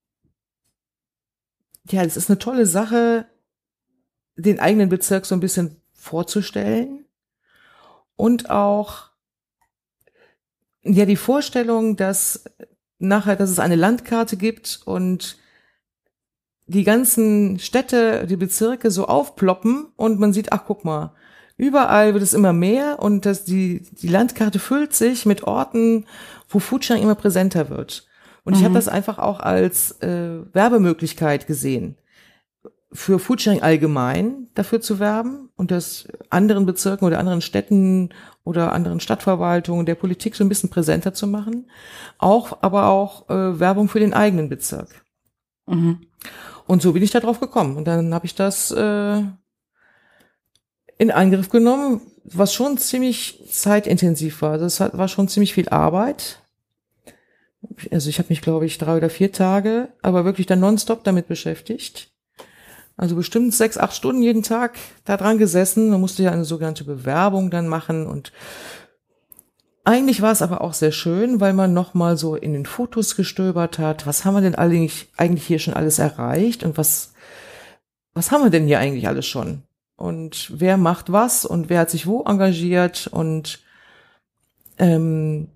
ja, das ist eine tolle Sache, den eigenen Bezirk so ein bisschen vorzustellen und auch, ja, die Vorstellung, dass nachher, dass es eine Landkarte gibt und die ganzen Städte, die Bezirke so aufploppen und man sieht, ach, guck mal, überall wird es immer mehr und dass die, die Landkarte füllt sich mit Orten, wo Foodsharing immer präsenter wird. Und Mhm. ich habe das einfach auch als äh, Werbemöglichkeit gesehen, für Foodsharing allgemein dafür zu werben und das anderen Bezirken oder anderen Städten oder anderen Stadtverwaltungen der Politik so ein bisschen präsenter zu machen. Auch, aber auch äh, Werbung für den eigenen Bezirk. Mhm. Und so bin ich da drauf gekommen. Und dann habe ich das äh, in Angriff genommen, was schon ziemlich zeitintensiv war. Das hat, war schon ziemlich viel Arbeit. Also ich habe mich, glaube ich, drei oder vier Tage, aber wirklich dann nonstop damit beschäftigt. Also bestimmt sechs, acht Stunden jeden Tag da dran gesessen. Man musste ja eine sogenannte Bewerbung dann machen. Und eigentlich war es aber auch sehr schön, weil man nochmal so in den Fotos gestöbert hat. Was haben wir denn eigentlich, eigentlich hier schon alles erreicht? Und was, was haben wir denn hier eigentlich alles schon? Und wer macht was und wer hat sich wo engagiert und ähm,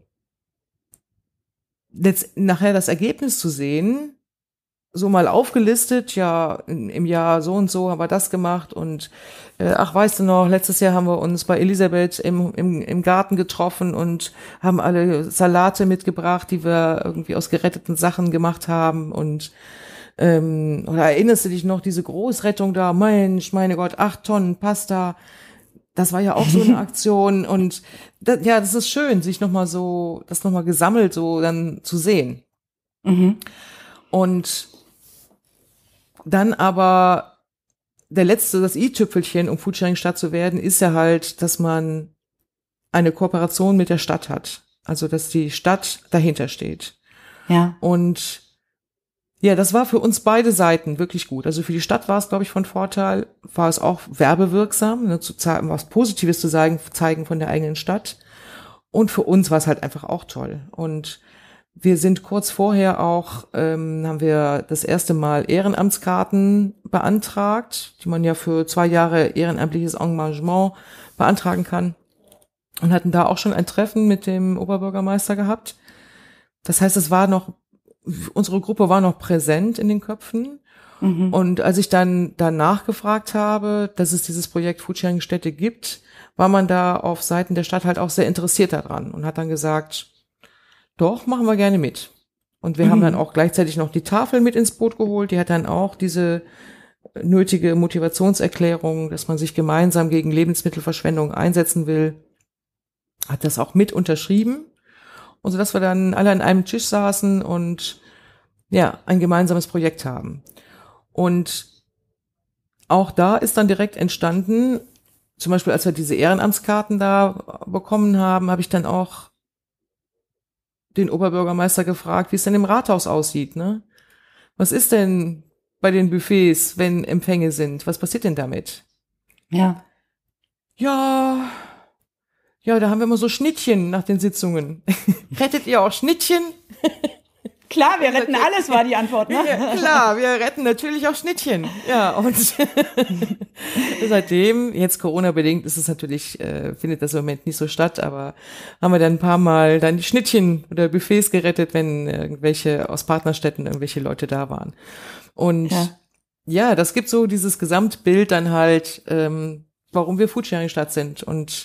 jetzt nachher das Ergebnis zu sehen, so mal aufgelistet, ja, in, im Jahr so und so haben wir das gemacht und äh, ach, weißt du noch, letztes Jahr haben wir uns bei Elisabeth im, im, im Garten getroffen und haben alle Salate mitgebracht, die wir irgendwie aus geretteten Sachen gemacht haben und Ähm, oder erinnerst du dich noch, diese Großrettung da, Mensch, meine Gott, acht Tonnen Pasta, das war ja auch so eine Aktion und das, ja, das ist schön, sich nochmal so, das nochmal gesammelt so dann zu sehen. Mhm. Und dann aber der letzte, das i-Tüpfelchen, um Foodsharing-Stadt zu werden, ist ja halt, dass man eine Kooperation mit der Stadt hat. Also, dass die Stadt dahinter steht. Ja. Und ja, das war für uns beide Seiten wirklich gut. Also für die Stadt war es, glaube ich, von Vorteil, war es auch werbewirksam, ne, zu zeigen, was Positives zu sagen, zeigen von der eigenen Stadt. Und für uns war es halt einfach auch toll. Und wir sind kurz vorher auch, ähm, haben wir das erste Mal Ehrenamtskarten beantragt, die man ja für zwei Jahre ehrenamtliches Engagement beantragen kann. Und hatten da auch schon ein Treffen mit dem Oberbürgermeister gehabt. Das heißt, es war noch, unsere Gruppe war noch präsent in den Köpfen. Mhm. Und als ich dann danach gefragt habe, dass es dieses Projekt Foodsharing-Städte gibt, war man da auf Seiten der Stadt halt auch sehr interessiert daran und hat dann gesagt, doch, machen wir gerne mit. Und wir mhm. haben dann auch gleichzeitig noch die Tafel mit ins Boot geholt. Die hat dann auch diese nötige Motivationserklärung, dass man sich gemeinsam gegen Lebensmittelverschwendung einsetzen will, hat das auch mit unterschrieben. Und so, dass wir dann alle an einem Tisch saßen und ja, ein gemeinsames Projekt haben. Und auch da ist dann direkt entstanden, zum Beispiel als wir diese Ehrenamtskarten da bekommen haben, habe ich dann auch den Oberbürgermeister gefragt, wie es denn im Rathaus aussieht, ne? Was ist denn bei den Buffets, wenn Empfänge sind? Was passiert denn damit? Ja. Ja, ja, da haben wir immer so Schnittchen nach den Sitzungen. Rettet ihr auch Schnittchen? Klar, wir retten alles, war die Antwort, ne? Ja, klar, wir retten natürlich auch Schnittchen. Ja, und seitdem, jetzt Corona-bedingt, ist es natürlich, äh, findet das im Moment nicht so statt, aber haben wir dann ein paar Mal dann die Schnittchen oder Buffets gerettet, wenn irgendwelche aus Partnerstädten irgendwelche Leute da waren. Und ja, ja das gibt so dieses Gesamtbild dann halt, ähm, warum wir Foodsharing-Stadt sind und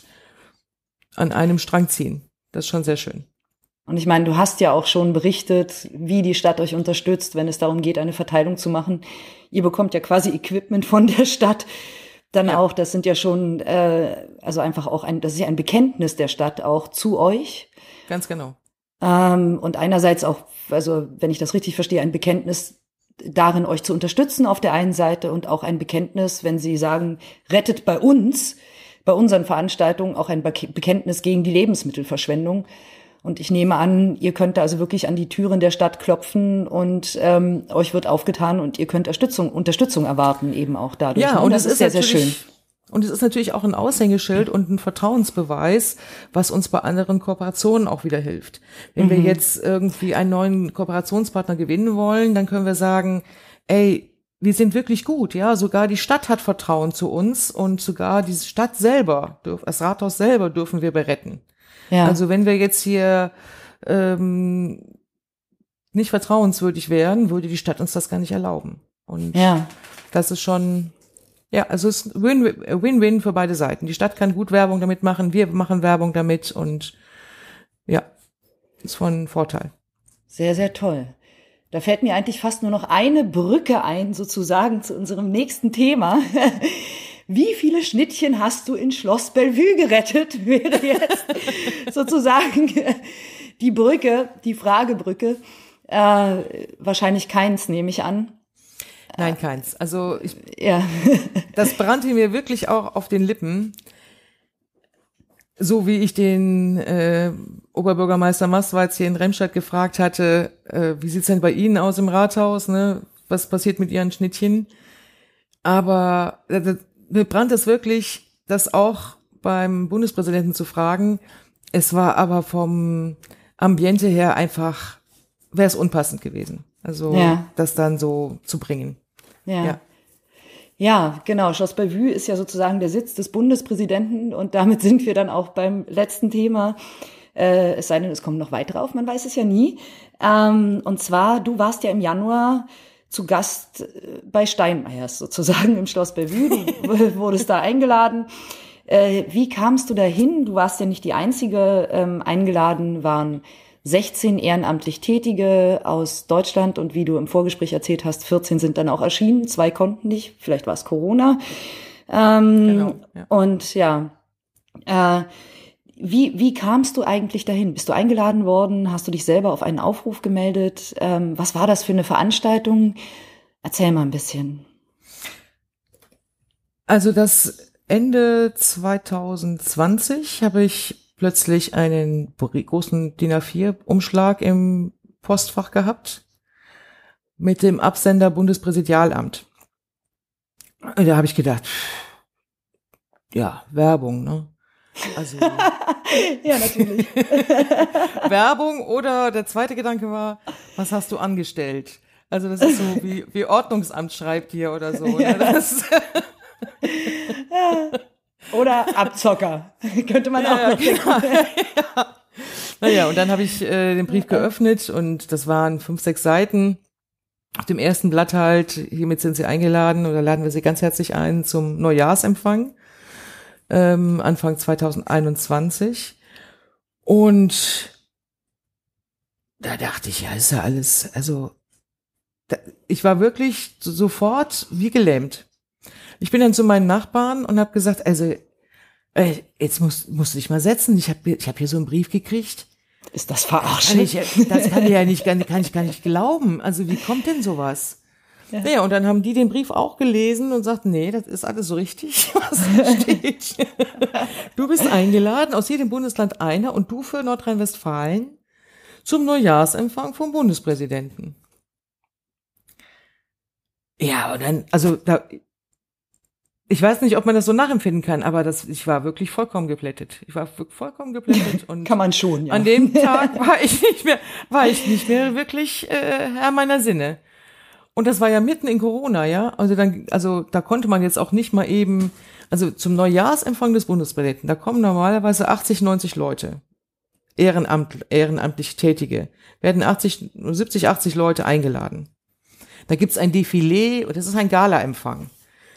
an einem Strang ziehen. Das ist schon sehr schön. Und ich meine, du hast ja auch schon berichtet, wie die Stadt euch unterstützt, wenn es darum geht, eine Verteilung zu machen. Ihr bekommt ja quasi Equipment von der Stadt. Dann ja. auch, das sind ja schon, äh, also einfach auch ein, das ist ja ein Bekenntnis der Stadt auch zu euch. Ganz genau. Ähm, und einerseits auch, also wenn ich das richtig verstehe, ein Bekenntnis darin, euch zu unterstützen auf der einen Seite und auch ein Bekenntnis, wenn sie sagen, rettet bei uns, bei unseren Veranstaltungen auch ein Bekenntnis gegen die Lebensmittelverschwendung. Und ich nehme an, ihr könnt da also wirklich an die Türen der Stadt klopfen und ähm, euch wird aufgetan und ihr könnt Unterstützung, Unterstützung erwarten eben auch dadurch. Ja, und das es ist sehr, sehr schön. Und es ist natürlich auch ein Aushängeschild und ein Vertrauensbeweis, was uns bei anderen Kooperationen auch wieder hilft. Wenn mhm. wir jetzt irgendwie einen neuen Kooperationspartner gewinnen wollen, dann können wir sagen, ey, wir sind wirklich gut, ja, sogar die Stadt hat Vertrauen zu uns und sogar die Stadt selber, das Rathaus selber dürfen wir beretten. Ja. Also wenn wir jetzt hier ähm, nicht vertrauenswürdig wären, würde die Stadt uns das gar nicht erlauben. Und ja. das ist schon, ja, also es ist Win-Win für beide Seiten. Die Stadt kann gut Werbung damit machen, wir machen Werbung damit und ja, ist von Vorteil. Sehr, sehr toll. Da fällt mir eigentlich fast nur noch eine Brücke ein, sozusagen, zu unserem nächsten Thema. Wie viele Schnittchen hast du in Schloss Bellevue gerettet? Wäre jetzt sozusagen die Brücke, die Fragebrücke. Äh, wahrscheinlich keins, nehme ich an. Nein, keins. Also ich, ja. das brannte mir wirklich auch auf den Lippen. So wie ich den äh, Oberbürgermeister Mastweiz hier in Remscheid gefragt hatte, äh, wie sieht's denn bei Ihnen aus im Rathaus? Ne? Was passiert mit Ihren Schnittchen? Aber äh, mir brannt es wirklich, das auch beim Bundespräsidenten zu fragen. Es war aber vom Ambiente her einfach, wäre es unpassend gewesen. Also ja. das dann so zu bringen. Ja. ja. Ja, genau. Schloss Bellevue ist ja sozusagen der Sitz des Bundespräsidenten und damit sind wir dann auch beim letzten Thema. Äh, es sei denn, es kommen noch weitere auf, man weiß es ja nie. Ähm, und zwar, du warst ja im Januar zu Gast bei Steinmeiers sozusagen im Schloss Bellevue. Du wurdest da eingeladen. Äh, wie kamst du dahin? Du warst ja nicht die Einzige. Ähm, eingeladen waren sechzehn ehrenamtlich Tätige aus Deutschland und wie du im Vorgespräch erzählt hast, vierzehn sind dann auch erschienen, zwei konnten nicht, vielleicht war es Corona. Ähm, genau, ja. Und ja, äh, wie, wie kamst du eigentlich dahin? Bist du eingeladen worden? Hast du dich selber auf einen Aufruf gemeldet? Ähm, was war das für eine Veranstaltung? Erzähl mal ein bisschen. Also das Ende zwanzig zwanzig habe ich plötzlich einen großen D I N A vier Umschlag im Postfach gehabt mit dem Absender Bundespräsidialamt. Und da habe ich gedacht, ja, Werbung, ne? Also Ja, natürlich. Werbung oder der zweite Gedanke war, was hast du angestellt? Also das ist so wie, wie Ordnungsamt schreibt hier oder so. Ne? Das, Oder Abzocker. Könnte man auch ja, noch denken. genau. Ja. Naja, und dann habe ich äh, den Brief geöffnet und das waren fünf, sechs Seiten. Auf dem ersten Blatt halt, hiermit sind Sie eingeladen oder laden wir Sie ganz herzlich ein zum Neujahrsempfang, ähm, Anfang zwanzig einundzwanzig. Und da dachte ich, ja, ist ja alles, also da, ich war wirklich so, sofort wie gelähmt. Ich bin dann zu meinen Nachbarn und habe gesagt, also äh, jetzt musst, musst du dich mal setzen, ich habe ich hab hier so einen Brief gekriegt. Ist das Das kann verarscht? ich, das kann ich ja nicht, kann ich gar nicht glauben. Also wie kommt denn sowas? Ja. Naja, und dann haben die den Brief auch gelesen und sagten, nee, das ist alles so richtig, was da steht. Du bist eingeladen, aus jedem Bundesland einer und du für Nordrhein-Westfalen zum Neujahrsempfang vom Bundespräsidenten. Ja, und dann, also da, ich weiß nicht, ob man das so nachempfinden kann, aber das, ich war wirklich vollkommen geplättet. Ich war wirklich vollkommen geplättet und kann man schon, ja. An dem Tag war ich nicht mehr, war ich nicht mehr wirklich äh, Herr meiner Sinne. Und das war ja mitten in Corona, ja. Also dann, also da konnte man jetzt auch nicht mal eben, also zum Neujahrsempfang des Bundespräsidenten, da kommen normalerweise achtzig, neunzig Leute, Ehrenamt, ehrenamtlich Tätige, werden achtzig, siebzig, achtzig Leute eingeladen. Da gibt's ein Defilé und das ist ein Galaempfang.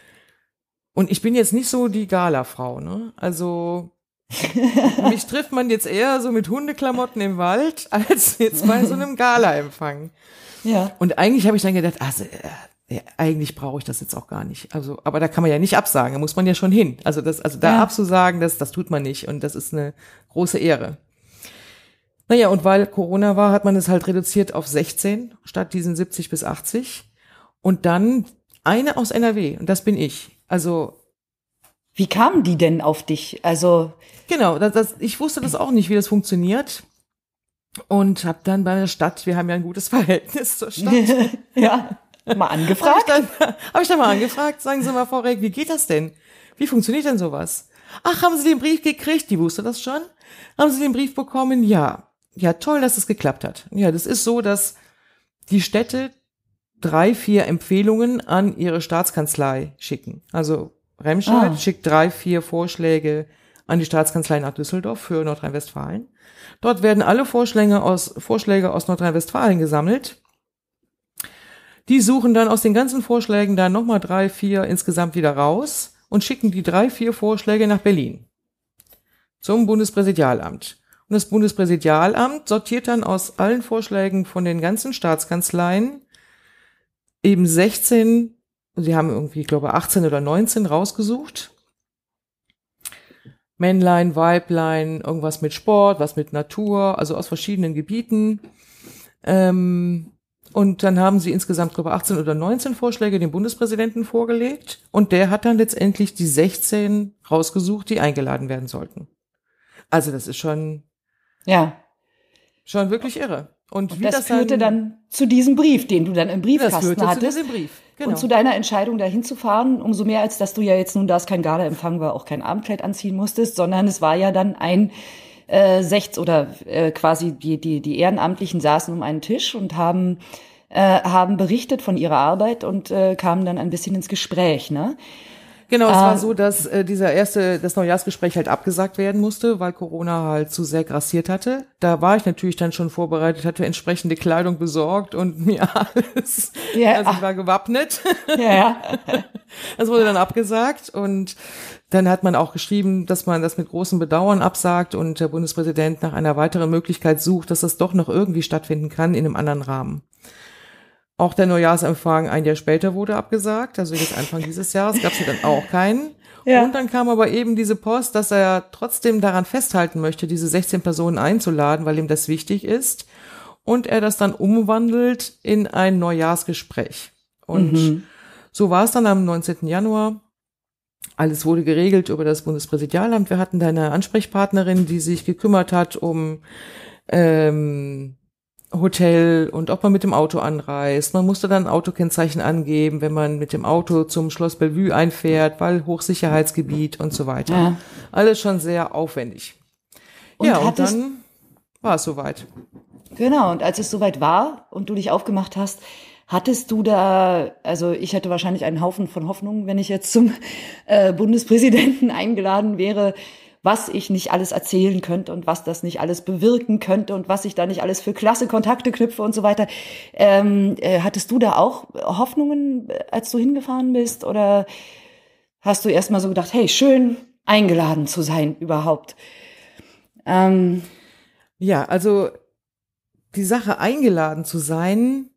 Und ich bin jetzt nicht so die Gala-Frau, ne? Also mich trifft man jetzt eher so mit Hundeklamotten im Wald, als jetzt bei so einem Gala-Empfang. Ja. Und eigentlich habe ich dann gedacht, also äh, ja, eigentlich brauche ich das jetzt auch gar nicht. Also, aber da kann man ja nicht absagen, da muss man ja schon hin. Also das, also da ja. abzusagen, das, das tut man nicht und das ist eine große Ehre. Naja, und weil Corona war, hat man es halt reduziert auf sechzehn statt diesen siebzig bis achtzig. Und dann eine aus N R W und das bin ich. Also wie kamen die denn auf dich? Also genau, das, das, ich wusste das auch nicht, wie das funktioniert und habe dann bei der Stadt, wir haben ja ein gutes Verhältnis zur Stadt, ja, mal angefragt. Habe ich, dann, hab ich dann mal angefragt, sagen Sie mal, Frau Reck, wie geht das denn? Wie funktioniert denn sowas? Ach, haben Sie den Brief gekriegt? Die wusste das schon. Haben Sie den Brief bekommen? Ja. Ja, toll, dass es geklappt hat. Ja, das ist so, dass die Städte drei, vier Empfehlungen an ihre Staatskanzlei schicken. Also Remscheid ah. schickt drei, vier Vorschläge an die Staatskanzlei nach Düsseldorf für Nordrhein-Westfalen. Dort werden alle Vorschläge aus, Vorschläge aus Nordrhein-Westfalen gesammelt. Die suchen dann aus den ganzen Vorschlägen dann nochmal drei, vier insgesamt wieder raus und schicken die drei, vier Vorschläge nach Berlin zum Bundespräsidialamt. Und das Bundespräsidialamt sortiert dann aus allen Vorschlägen von den ganzen Staatskanzleien eben sechzehn, sie haben irgendwie, ich glaube, achtzehn oder neunzehn rausgesucht. Männlein, Weiblein, irgendwas mit Sport, was mit Natur, also aus verschiedenen Gebieten. Ähm, und dann haben sie insgesamt, glaube ich, achtzehn oder neunzehn Vorschläge dem Bundespräsidenten vorgelegt. Und der hat dann letztendlich die sechzehn rausgesucht, die eingeladen werden sollten. Also das ist schon, ja, schon wirklich irre. Und, und wie das, das führte dann, dann zu diesem Brief, den du dann im Briefkasten das führte hattest. Zu diesem Brief. Genau. Und zu deiner Entscheidung, dahin zu fahren, umso mehr, als dass du ja jetzt nun, da es kein Gala-Empfang war, auch kein Abendkleid anziehen musstest, sondern es war ja dann ein äh, Sechz- oder äh, quasi die, die, die Ehrenamtlichen saßen um einen Tisch und haben, äh, haben berichtet von ihrer Arbeit und äh, kamen dann ein bisschen ins Gespräch, ne? Genau, es äh, war so, dass äh, dieser erste, das Neujahrsgespräch halt abgesagt werden musste, weil Corona halt zu sehr grassiert hatte. Da war ich natürlich dann schon vorbereitet, hatte entsprechende Kleidung besorgt und mir alles, ja, also ich war gewappnet. Ja, ja. Das wurde dann abgesagt und dann hat man auch geschrieben, dass man das mit großem Bedauern absagt und der Bundespräsident nach einer weiteren Möglichkeit sucht, dass das doch noch irgendwie stattfinden kann in einem anderen Rahmen. Auch der Neujahrsempfang ein Jahr später wurde abgesagt, also jetzt Anfang dieses Jahres gab es dann auch keinen. Ja. Und dann kam aber eben diese Post, dass er trotzdem daran festhalten möchte, diese sechzehn Personen einzuladen, weil ihm das wichtig ist. Und er das dann umwandelt in ein Neujahrsgespräch. Und mhm. so war es dann am neunzehnten Januar. Alles wurde geregelt über das Bundespräsidialamt. Wir hatten da eine Ansprechpartnerin, die sich gekümmert hat um ähm, Hotel und ob man mit dem Auto anreist. Man musste dann ein Autokennzeichen angeben, wenn man mit dem Auto zum Schloss Bellevue einfährt, weil Hochsicherheitsgebiet und so weiter. Ja. Alles schon sehr aufwendig. Und ja, und dann war es soweit. Genau, und als es soweit war und du dich aufgemacht hast, hattest du da, also ich hätte wahrscheinlich einen Haufen von Hoffnungen, wenn ich jetzt zum äh, Bundespräsidenten eingeladen wäre, was ich nicht alles erzählen könnte und was das nicht alles bewirken könnte und was ich da nicht alles für klasse Kontakte knüpfe und so weiter. Ähm, äh, hattest du da auch Hoffnungen, als du hingefahren bist? Oder hast du erst mal so gedacht, hey, schön eingeladen zu sein überhaupt? Ähm, ja, also die Sache, eingeladen zu sein,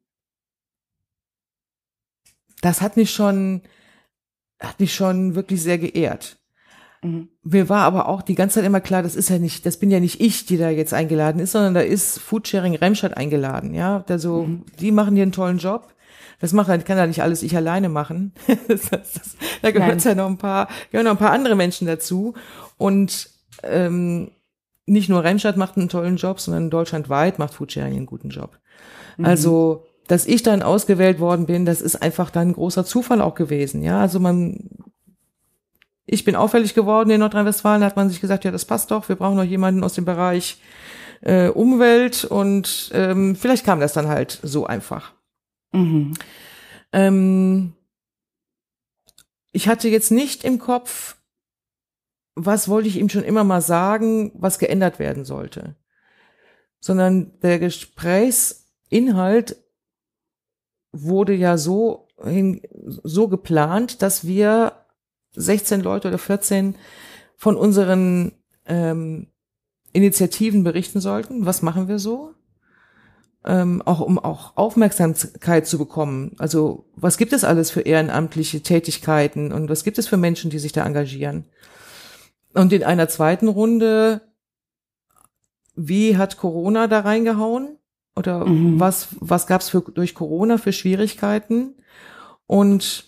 das hat mich schon, hat mich schon wirklich sehr geehrt. Mhm. Mir war aber auch die ganze Zeit immer klar, das ist ja nicht, das bin ja nicht ich, die da jetzt eingeladen ist, sondern da ist Foodsharing Remscheid eingeladen, ja. Also, mhm. die machen hier einen tollen Job. Das macht, kann ja nicht alles ich alleine machen. das, das, das, da gehört ja noch ein paar, gehören noch ein paar andere Menschen dazu. Und ähm, nicht nur Remscheid macht einen tollen Job, sondern deutschlandweit macht Foodsharing einen guten Job. Mhm. Also, dass ich dann ausgewählt worden bin, das ist einfach dann ein großer Zufall auch gewesen, ja. Also man Ich bin auffällig geworden in Nordrhein-Westfalen, da hat man sich gesagt, ja, das passt doch, wir brauchen noch jemanden aus dem Bereich äh, Umwelt und ähm, vielleicht kam das dann halt so einfach. Mhm. Ähm, ich hatte jetzt nicht im Kopf, was wollte ich ihm schon immer mal sagen, was geändert werden sollte, sondern der Gesprächsinhalt wurde ja so, hin, so geplant, dass wir sechzehn Leute oder vierzehn von unseren ähm, Initiativen berichten sollten. Was machen wir so? Ähm, auch um auch Aufmerksamkeit zu bekommen. Also was gibt es alles für ehrenamtliche Tätigkeiten und was gibt es für Menschen, die sich da engagieren? Und in einer zweiten Runde, wie hat Corona da reingehauen? Oder mhm. was was gab es für durch Corona für Schwierigkeiten? Und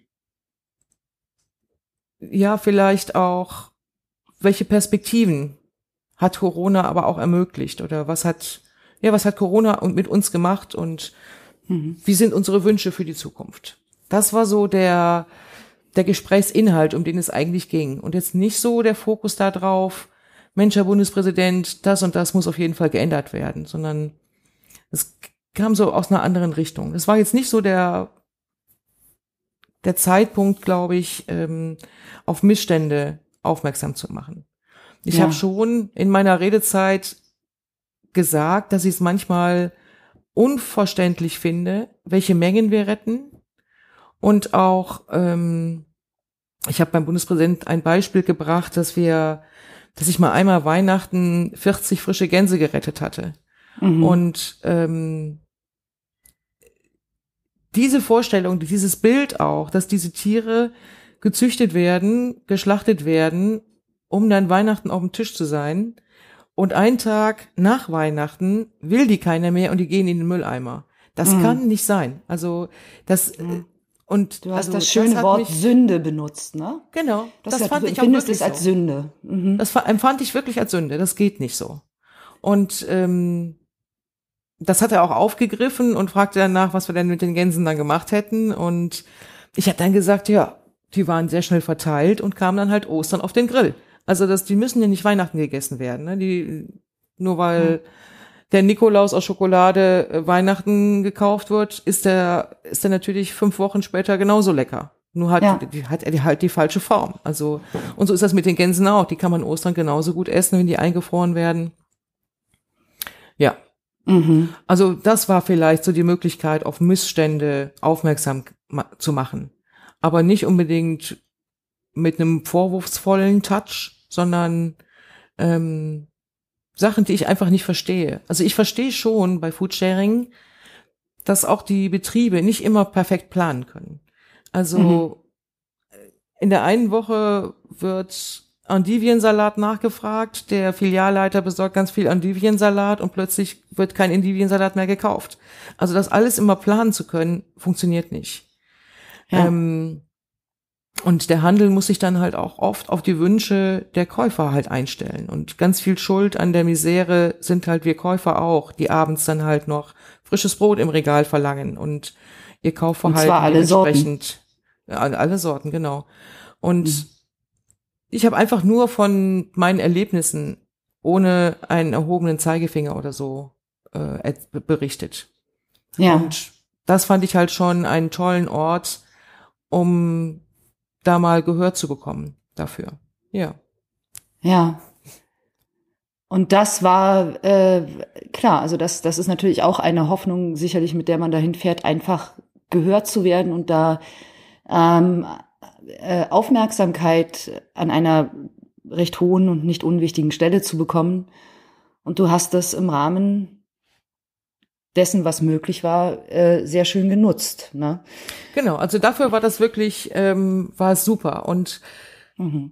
ja, vielleicht auch, welche Perspektiven hat Corona aber auch ermöglicht oder was hat, ja, was hat Corona und mit uns gemacht und mhm. wie sind unsere Wünsche für die Zukunft? Das war so der, der Gesprächsinhalt, um den es eigentlich ging und jetzt nicht so der Fokus da drauf, Mensch, Herr Bundespräsident, das und das muss auf jeden Fall geändert werden, sondern es kam so aus einer anderen Richtung. Es war jetzt nicht so der der Zeitpunkt, glaube ich, ähm, auf Missstände aufmerksam zu machen. Ich ja. habe schon in meiner Redezeit gesagt, dass ich es manchmal unverständlich finde, welche Mengen wir retten. Und auch, ähm, ich habe beim Bundespräsidenten ein Beispiel gebracht, dass wir, dass ich mal einmal Weihnachten vierzig frische Gänse gerettet hatte. Mhm. Und ähm, diese Vorstellung, dieses Bild auch, dass diese Tiere gezüchtet werden, geschlachtet werden, um dann Weihnachten auf dem Tisch zu sein. Und einen Tag nach Weihnachten will die keiner mehr und die gehen in den Mülleimer. Das mhm. kann nicht sein. Also das mhm. und du hast also, das schöne das Wort mich, Sünde benutzt, ne? Genau. Das, das fand ich auch wirklich es als so. Sünde. Mhm. Das empfand ich wirklich als Sünde. Das geht nicht so. Und ähm, das hat er auch aufgegriffen und fragte danach, was wir denn mit den Gänsen dann gemacht hätten. Und ich habe dann gesagt, ja, die waren sehr schnell verteilt und kamen dann halt Ostern auf den Grill. Also das, die müssen ja nicht Weihnachten gegessen werden. Ne? Die, nur weil hm. der Nikolaus aus Schokolade äh, Weihnachten gekauft wird, ist der, ist der natürlich fünf Wochen später genauso lecker. Nur hat, ja. die, hat er die, halt die falsche Form. Also, und so ist das mit den Gänsen auch. Die kann man Ostern genauso gut essen, wenn die eingefroren werden. Ja. Mhm. Also das war vielleicht so die Möglichkeit, auf Missstände aufmerksam ma- zu machen. Aber nicht unbedingt mit einem vorwurfsvollen Touch, sondern ähm, Sachen, die ich einfach nicht verstehe. Also ich verstehe schon bei Foodsharing, dass auch die Betriebe nicht immer perfekt planen können. Also mhm. in der einen Woche wird Endiviensalat nachgefragt, der Filialleiter besorgt ganz viel Endiviensalat und plötzlich wird kein Endiviensalat mehr gekauft. Also das alles immer planen zu können, funktioniert nicht. Ja. Ähm, Und der Handel muss sich dann halt auch oft auf die Wünsche der Käufer halt einstellen. Und ganz viel Schuld an der Misere sind halt wir Käufer auch, die abends dann halt noch frisches Brot im Regal verlangen und ihr Kaufverhalten und zwar alle dementsprechend. Sorten. Ja, alle Sorten, genau. Und mhm. ich habe einfach nur von meinen Erlebnissen ohne einen erhobenen Zeigefinger oder so äh, berichtet. Ja. Und das fand ich halt schon einen tollen Ort, um da mal Gehör zu bekommen dafür. Ja. Ja. Und das war, äh, klar, also das, das ist natürlich auch eine Hoffnung, sicherlich, mit der man dahin fährt, einfach gehört zu werden und da ähm, äh, Aufmerksamkeit an einer recht hohen und nicht unwichtigen Stelle zu bekommen. Und du hast das im Rahmen dessen, was möglich war, äh, sehr schön genutzt. Ne? Genau, also dafür war das wirklich, ähm, war es super. Und mhm.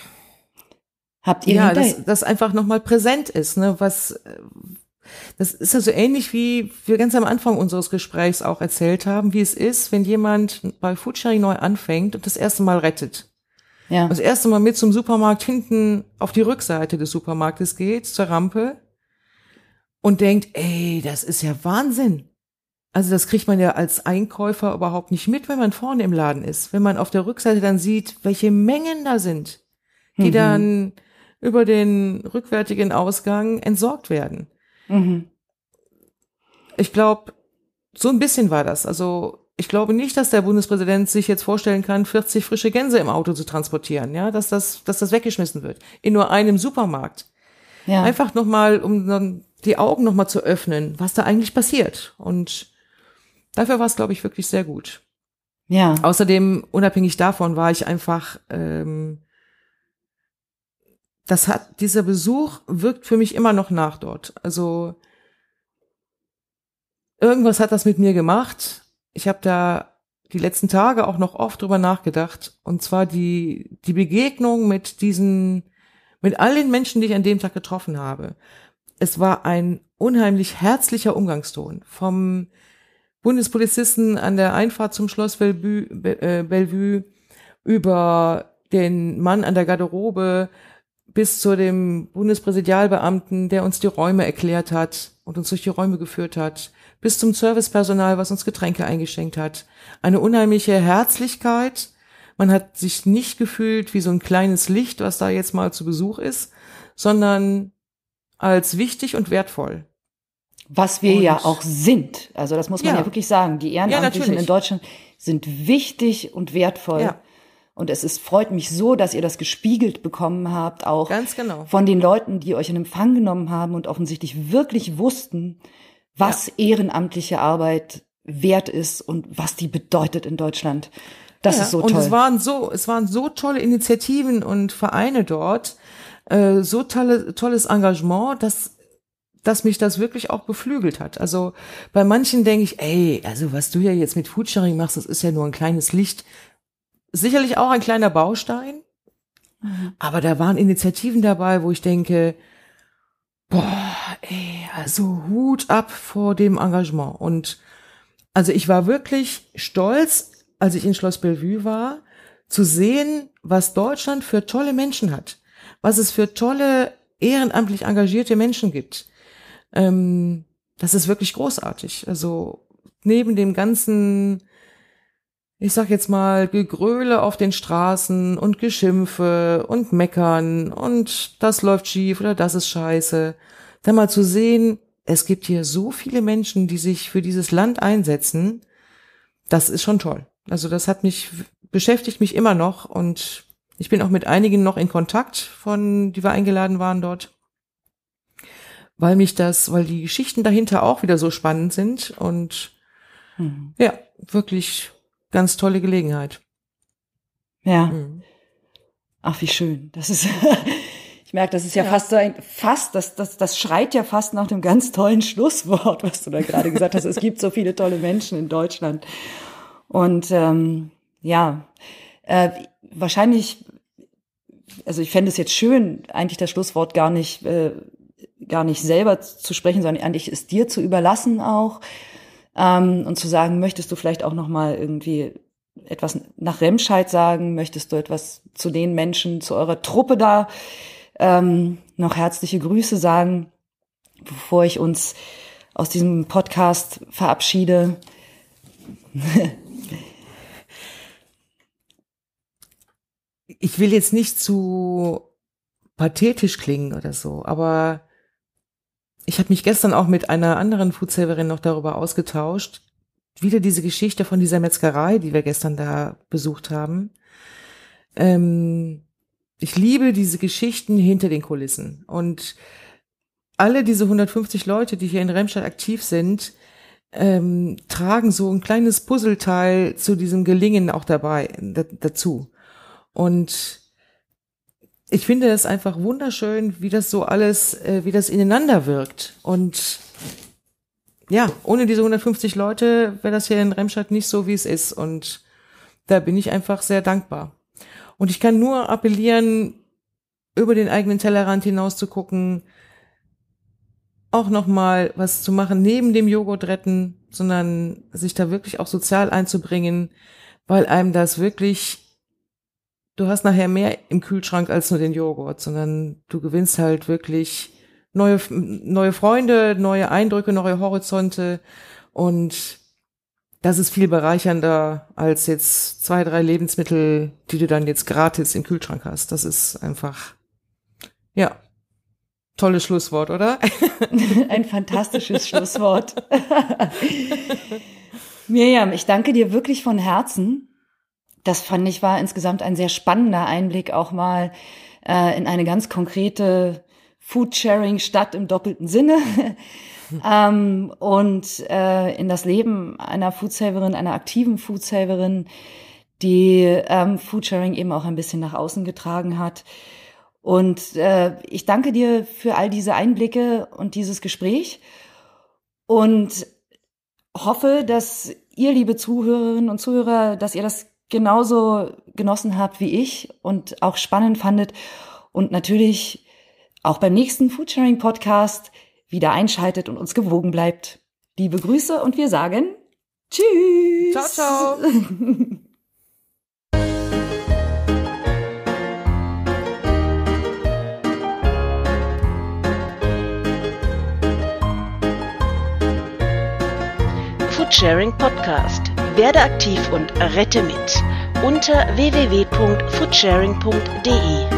habt ihr ja, dass das einfach nochmal präsent ist, ne, was, das ist ja so ähnlich, wie wir ganz am Anfang unseres Gesprächs auch erzählt haben, wie es ist, wenn jemand bei Foodsharing neu anfängt und das erste Mal rettet. Ja. Das erste Mal mit zum Supermarkt hinten auf die Rückseite des Supermarktes geht, zur Rampe, und denkt, ey, das ist ja Wahnsinn. Also das kriegt man ja als Einkäufer überhaupt nicht mit, wenn man vorne im Laden ist. Wenn man auf der Rückseite dann sieht, welche Mengen da sind, die mhm. dann über den rückwärtigen Ausgang entsorgt werden. Mhm. Ich glaube, so ein bisschen war das. Also ich glaube nicht, dass der Bundespräsident sich jetzt vorstellen kann, vierzig frische Gänse im Auto zu transportieren, ja, dass das, dass das weggeschmissen wird. In nur einem Supermarkt. Ja. Einfach nochmal, um dann die Augen nochmal zu öffnen, was da eigentlich passiert. Und dafür war es, glaube ich, wirklich sehr gut. Ja. Außerdem, unabhängig davon, war ich einfach, ähm, das hat, dieser Besuch wirkt für mich immer noch nach dort. Also irgendwas hat das mit mir gemacht. Ich habe da die letzten Tage auch noch oft drüber nachgedacht. Und zwar die die Begegnung mit diesen, mit all den Menschen, die ich an dem Tag getroffen habe. Es war ein unheimlich herzlicher Umgangston. Vom Bundespolizisten an der Einfahrt zum Schloss Bellevue, äh, Bellevue über den Mann an der Garderobe bis zu dem Bundespräsidialbeamten, der uns die Räume erklärt hat und uns durch die Räume geführt hat, bis zum Servicepersonal, was uns Getränke eingeschenkt hat. Eine unheimliche Herzlichkeit. Man hat sich nicht gefühlt wie so ein kleines Licht, was da jetzt mal zu Besuch ist, sondern als wichtig und wertvoll. Was wir und, ja auch sind. Also das muss man ja, ja wirklich sagen. Die Ehrenamtlichen ja, in Deutschland sind wichtig und wertvoll. Ja. Und es ist, freut mich so, dass ihr das gespiegelt bekommen habt, auch Ganz genau. von den Leuten, die euch in Empfang genommen haben und offensichtlich wirklich wussten, was ja. ehrenamtliche Arbeit wert ist und was die bedeutet in Deutschland. Das ja, ist so und toll. Und es waren so, es waren so tolle Initiativen und Vereine dort, äh, so tolle, tolles Engagement, dass, dass mich das wirklich auch beflügelt hat. Also bei manchen denke ich, ey, also was du ja jetzt mit Foodsharing machst, das ist ja nur ein kleines Licht. Sicherlich auch ein kleiner Baustein, mhm. aber da waren Initiativen dabei, wo ich denke, boah, ey, also Hut ab vor dem Engagement. Und also ich war wirklich stolz, als ich in Schloss Bellevue war, zu sehen, was Deutschland für tolle Menschen hat, was es für tolle, ehrenamtlich engagierte Menschen gibt. Ähm, das ist wirklich großartig. Also neben dem ganzen, ich sag jetzt mal, Gegröle auf den Straßen und Geschimpfe und Meckern und das läuft schief oder das ist scheiße, dann mal zu sehen, es gibt hier so viele Menschen, die sich für dieses Land einsetzen, das ist schon toll. Also das hat mich, beschäftigt mich immer noch und ich bin auch mit einigen noch in Kontakt, von, die wir eingeladen waren dort, weil mich das, weil die Geschichten dahinter auch wieder so spannend sind und mhm. ja, wirklich ganz tolle Gelegenheit. Ja. Mhm. Ach, wie schön. Das ist, ich merke, das ist ja, ja. fast so ein, fast, das, das, das schreit ja fast nach dem ganz tollen Schlusswort, was du da gerade gesagt hast. Es gibt so viele tolle Menschen in Deutschland. Und ähm, ja, äh, wahrscheinlich, also ich fände es jetzt schön, eigentlich das Schlusswort gar nicht, äh, gar nicht selber zu sprechen, sondern eigentlich es dir zu überlassen auch ähm, und zu sagen, möchtest du vielleicht auch noch mal irgendwie etwas nach Remscheid sagen? Möchtest du etwas zu den Menschen, zu eurer Truppe da ähm, noch herzliche Grüße sagen, bevor ich uns aus diesem Podcast verabschiede? Ich will jetzt nicht zu pathetisch klingen oder so, aber ich habe mich gestern auch mit einer anderen Foodsaverin noch darüber ausgetauscht. Wieder diese Geschichte von dieser Metzgerei, die wir gestern da besucht haben. Ähm, ich liebe diese Geschichten hinter den Kulissen. Und alle diese hundertfünfzig Leute, die hier in Remscheid aktiv sind, ähm, tragen so ein kleines Puzzleteil zu diesem Gelingen auch dabei, da, dazu. Und ich finde es einfach wunderschön, wie das so alles, äh, wie das ineinander wirkt. Und ja, ohne diese hundertfünfzig Leute wäre das hier in Remscheid nicht so, wie es ist. Und da bin ich einfach sehr dankbar. Und ich kann nur appellieren, über den eigenen Tellerrand hinaus zu gucken, auch nochmal was zu machen neben dem Joghurt retten, sondern sich da wirklich auch sozial einzubringen, weil einem das wirklich, du hast nachher mehr im Kühlschrank als nur den Joghurt, sondern du gewinnst halt wirklich neue, neue Freunde, neue Eindrücke, neue Horizonte, und das ist viel bereichernder als jetzt zwei, drei Lebensmittel, die du dann jetzt gratis im Kühlschrank hast. Das ist einfach, ja, tolles Schlusswort, oder? Ein fantastisches Schlusswort. Miriam, ich danke dir wirklich von Herzen. Das fand ich war insgesamt ein sehr spannender Einblick auch mal äh, in eine ganz konkrete Foodsharing-Stadt im doppelten Sinne ähm, und äh, in das Leben einer Foodsaverin, einer aktiven Foodsaverin, die ähm, Foodsharing eben auch ein bisschen nach außen getragen hat. Und äh, ich danke dir für all diese Einblicke und dieses Gespräch und hoffe, dass ihr, liebe Zuhörerinnen und Zuhörer, dass ihr das genauso genossen habt wie ich und auch spannend fandet und natürlich auch beim nächsten Foodsharing-Podcast wieder einschaltet und uns gewogen bleibt. Liebe Grüße und wir sagen Tschüss. Ciao, ciao. Foodsharing Podcast. Werde aktiv und rette mit unter w w w punkt foodsharing punkt d e.